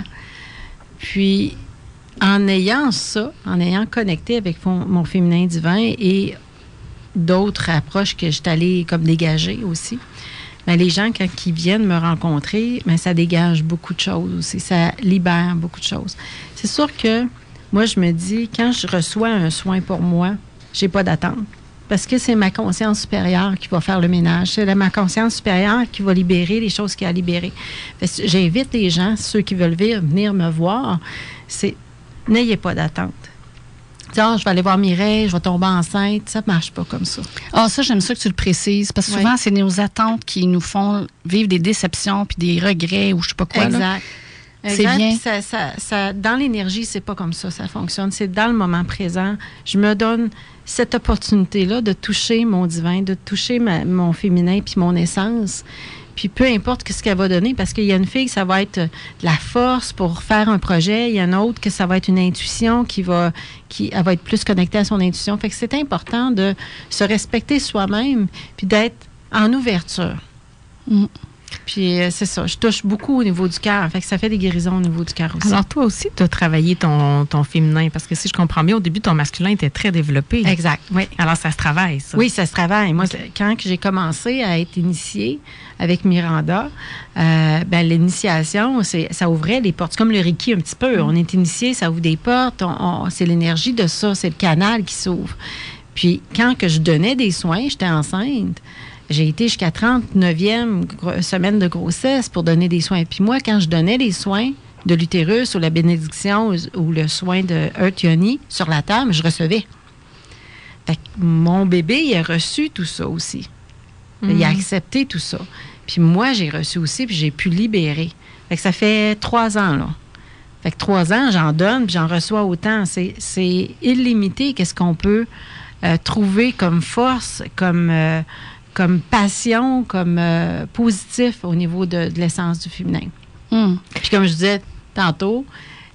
Puis, en ayant ça, en ayant connecté avec mon, mon féminin divin et d'autres approches que j'étais allée comme dégager aussi, bien, les gens, quand ils viennent me rencontrer, bien, ça dégage beaucoup de choses aussi. Ça libère beaucoup de choses. C'est sûr que moi, je me dis, quand je reçois un soin pour moi, j'ai pas d'attente. Parce que c'est ma conscience supérieure qui va faire le ménage. C'est ma conscience supérieure qui va libérer les choses qu'il y a à libérer. Fait que j'invite les gens, ceux qui veulent venir me voir, c'est n'ayez pas d'attente. Dire, je vais aller voir Mireille, je vais tomber enceinte. Ça ne marche pas comme ça. Ah, ça, j'aime ça que tu le précises. Parce que souvent, oui. c'est nos attentes qui nous font vivre des déceptions puis des regrets ou je sais pas quoi. Exact. Là. Exact. C'est bien. Ça, ça, ça, dans l'énergie, c'est pas comme ça, ça fonctionne. C'est dans le moment présent. Je me donne cette opportunité-là de toucher mon divin, de toucher ma, mon féminin puis mon essence. Puis peu importe ce qu'elle va donner, parce qu'il y a une fille, ça va être de la force pour faire un projet. Il y a une autre que ça va être une intuition qui va, qui, elle va être plus connectée à son intuition. Fait que c'est important de se respecter soi-même puis d'être en ouverture. Mm. Puis euh, c'est ça, je touche beaucoup au niveau du cœur. Fait que ça fait des guérisons au niveau du cœur aussi. Alors toi aussi, tu as travaillé ton, ton féminin, parce que si je comprends bien, au début, ton masculin était très développé. Exact, oui. Alors ça se travaille, ça. Oui, ça se travaille. Moi, okay. quand j'ai commencé à être initiée avec Miranda, euh, ben, l'initiation, c'est, ça ouvrait les portes. C'est comme le Reiki un petit peu. Mm. On est initié, ça ouvre des portes. On, on, c'est l'énergie de ça, c'est le canal qui s'ouvre. Puis quand que je donnais des soins, j'étais enceinte. J'ai été jusqu'à trente-neuvième semaine de grossesse pour donner des soins. Puis moi, quand je donnais les soins de l'utérus ou la bénédiction ou, ou le soin de Earth Yoni sur la table, je recevais. Fait que mon bébé, il a reçu tout ça aussi. Mm-hmm. Il a accepté tout ça. Puis moi, j'ai reçu aussi, puis j'ai pu libérer. Fait que ça fait trois ans, là. Fait que trois ans, j'en donne, puis j'en reçois autant. C'est, c'est illimité qu'est-ce qu'on peut euh, trouver comme force, comme... Euh, comme passion, comme euh, positif au niveau de, de l'essence du féminin. Mm. Puis comme je disais tantôt,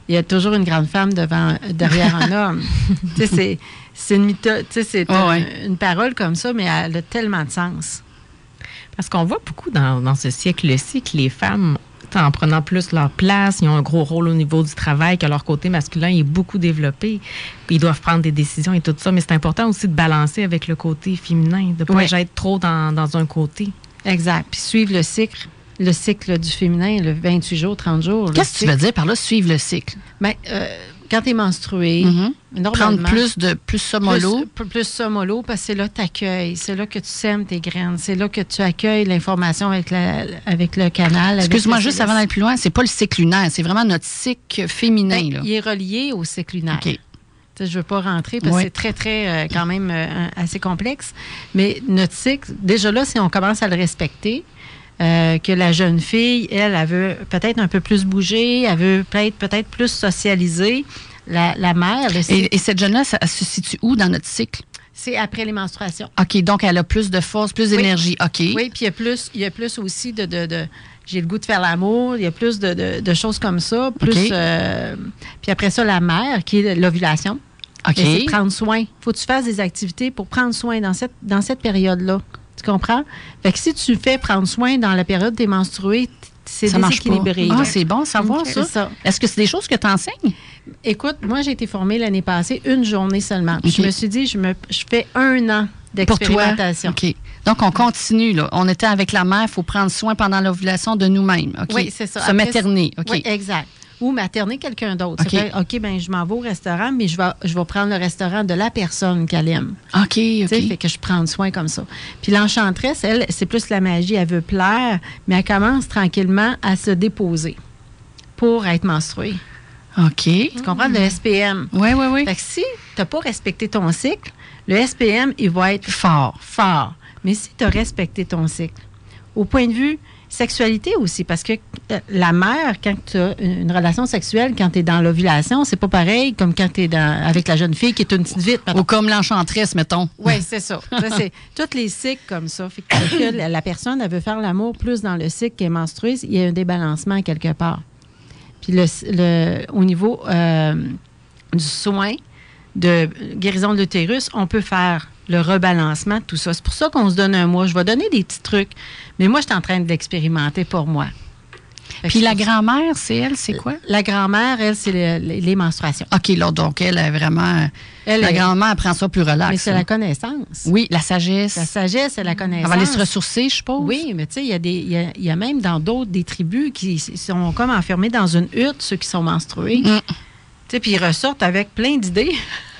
il y a toujours une grande femme devant, derrière un homme. Tu sais, c'est, c'est, une, mytho- tu sais, c'est oh, un, ouais. une parole comme ça, mais elle a tellement de sens. Parce qu'on voit beaucoup dans, dans ce siècle-ci que les femmes, en prenant plus leur place, ils ont un gros rôle au niveau du travail, que leur côté masculin est beaucoup développé. Ils doivent prendre des décisions et tout ça, mais c'est important aussi de balancer avec le côté féminin, de ne pas oui. être trop dans, dans un côté. Exact. Puis suivre le cycle, le cycle du féminin, le vingt-huit jours, trente jours. Qu'est-ce que tu veux dire par là, suivre le cycle? Bien, euh, quand tu es menstruée, mm-hmm. Prendre plus de plus ça mollo. Plus, plus ça mollo, parce que c'est là que tu accueilles, c'est là que tu sèmes tes graines, c'est là que tu accueilles l'information avec, la, avec le canal. Excuse-moi, avec juste avant d'aller plus loin, c'est pas le cycle lunaire, c'est vraiment notre cycle féminin. Ben, là. Il est relié au cycle lunaire. OK. Je ne veux pas rentrer parce que oui. c'est très, très, euh, quand même euh, assez complexe. Mais notre cycle, déjà là, si on commence à le respecter, Euh, que la jeune fille, elle, elle veut peut-être un peu plus bouger, elle veut peut-être, peut-être plus socialiser. La, la mère... Le et, et cette jeune-là, ça, elle se situe où dans notre cycle? C'est après les menstruations. OK, donc elle a plus de force, plus d'énergie. Oui. OK. Oui, puis il y a plus, il y a plus aussi de... de, de j'ai le goût de faire l'amour, il y a plus de, de, de choses comme ça. Plus, okay. euh, puis après ça, la mère, qui est l'ovulation. OK. Et c'est prendre soin. Il faut que tu fasses des activités pour prendre soin dans cette, dans cette période-là. Tu comprends? Fait que si tu fais prendre soin dans la période où tu es menstruée, c'est ça déséquilibré. Marche pas. Ah, c'est bon de savoir okay. ça. ça. Est-ce que c'est des choses que tu enseignes? Écoute, moi, j'ai été formée l'année passée, une journée seulement. Okay. Je me suis dit, je, me, je fais un an d'expérimentation. Pour toi? OK. Donc, on continue. Là. On était avec la mère, il faut prendre soin pendant l'ovulation de nous-mêmes. Okay. Oui, c'est ça. Se materner. OK. Oui, exact. Ou materner quelqu'un d'autre. OK, fait, OK, ben je m'en vais au restaurant, mais je vais, je vais prendre le restaurant de la personne qu'elle aime. OK, OK. T'sais, fait que je prends soin comme ça. Puis l'enchanteresse, elle, c'est plus la magie. Elle veut plaire, mais elle commence tranquillement à se déposer pour être menstruée. OK. Tu comprends? Le S P M. Oui, oui, oui. Fait que si tu n'as pas respecté ton cycle, le S P M, il va être fort. Fort. Mais si tu as respecté ton cycle, au point de vue sexualité aussi, parce que euh, la mère, quand tu as une relation sexuelle, quand tu es dans l'ovulation, c'est pas pareil comme quand tu es dans, avec la jeune fille qui est une petite vite. Ou comme l'enchanteresse, mettons. Oui, c'est ça. Là, c'est tous les cycles comme ça. Fait que, que la, la personne, elle veut faire l'amour plus dans le cycle qu'elle est menstruée, il y a un débalancement quelque part. Puis le, le, au niveau euh, du soin de guérison de l'utérus, on peut faire le rebalancement de tout ça. C'est pour ça qu'on se donne un mois. Je vais donner des petits trucs, mais moi, je suis en train de l'expérimenter pour moi. Fait Puis la grand-mère, c'est elle, c'est quoi? La grand-mère, elle, c'est le, les, les menstruations. OK, là, donc elle est vraiment... Elle, la grand-mère, elle prend ça plus relax. Mais c'est la connaissance. Oui, la sagesse. La sagesse, c'est la connaissance. Elle va aller se ressourcer, je suppose. Oui, mais tu sais, il y a des, il y a, il y a même dans d'autres, des tribus qui sont comme enfermés dans une hutte, ceux qui sont menstrués. Mm. Tu sais, puis ils ressortent avec plein d'idées.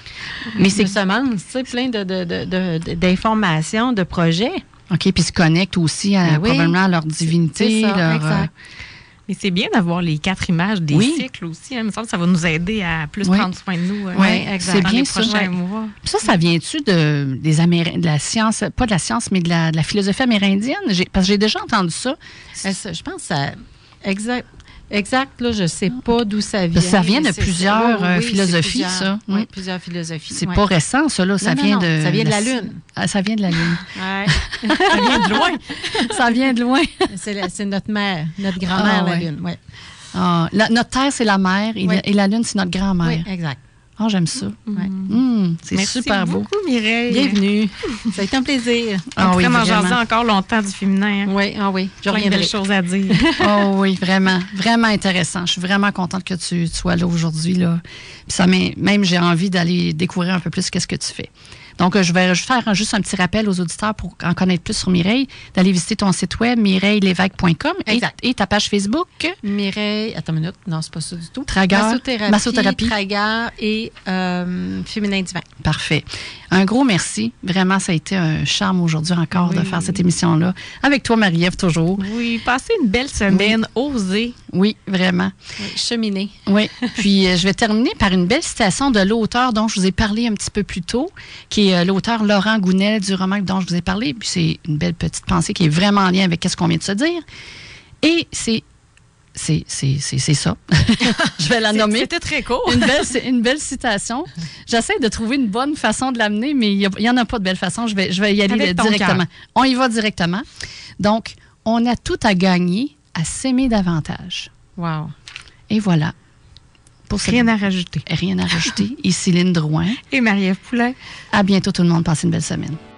Mais c'est semences, tu sais, plein de, de, de, de, d'informations, de projets. OK, puis se connectent aussi à, oui. probablement à leur divinité. C'est ça, leur, exact. Euh... Mais c'est bien d'avoir les quatre images des oui. cycles aussi. Hein. Il me semble que ça va nous aider à plus oui. prendre soin de nous euh, oui, exact. C'est bien les ça. prochains Ouais. mois. Ça, ça vient-tu de, des Améri- de la science, pas de la science, mais de la, de la philosophie amérindienne? J'ai, parce que j'ai déjà entendu ça. ça je pense que ça... Exact. Exact, là, je ne sais pas d'où ça vient. Ça vient de plusieurs ça. Oui, oui, philosophies, plusieurs, ça. Oui, plusieurs philosophies. C'est ouais. pas récent, ça, là. Ça non, vient non, non. de... Ça vient de la Lune. Ah, ça vient de la Lune. Ouais. Ça vient de loin. Ça vient de loin. C'est, la, c'est notre mère, notre grand-mère, ah, la ouais. Lune, oui. Ah, la, notre Terre, c'est la mère, et, oui. la, et la Lune, c'est notre grand-mère. Oui, exact. Ah, oh, j'aime ça. Ouais. Mmh, c'est Merci super beau. Merci beaucoup, Mireille. Bienvenue. Ça a été un plaisir. On ah, pourrait oui, m'en jaser encore longtemps du féminin. Hein? Oui, ah oui. J'ai plein de belles choses à dire. Oh oui, vraiment. Vraiment intéressant. Je suis vraiment contente que tu, tu sois là aujourd'hui. Là. Puis ça même, j'ai envie d'aller découvrir un peu plus qu'est-ce que tu fais. Donc, je vais faire juste un petit rappel aux auditeurs pour en connaître plus sur Mireille, d'aller visiter ton site web, mireille lévesque point com et, et ta page Facebook. Mireille, attends une minute, non, c'est pas ça du tout. Tragar, massothérapie, massothérapie. Tragar et euh, féminin divin. Parfait. Un gros merci. Vraiment, ça a été un charme aujourd'hui encore oui. de faire cette émission-là. Avec toi, Marie-Ève, toujours. Oui, passez une belle semaine, oui. osez. Oui, vraiment. Oui, cheminer. Oui. Puis, euh, je vais terminer par une belle citation de l'auteur dont je vous ai parlé un petit peu plus tôt, qui est euh, l'auteur Laurent Gounel du roman dont je vous ai parlé. Puis, c'est une belle petite pensée qui est vraiment en lien avec ce qu'on vient de se dire. Et c'est C'est, c'est, c'est, c'est ça. Je vais la nommer. C'était très court. Une belle, une belle citation. J'essaie de trouver une bonne façon de l'amener, mais il n'y en a pas de belle façon. Je vais, je vais y aller Avec directement. On y va directement. Donc, on a tout à gagner à s'aimer davantage. Wow. Et voilà. Pour Rien à rajouter. Rien à rajouter. Ici Lynne Drouin. Et Marie-Ève Poulain. À bientôt tout le monde. Passez une belle semaine.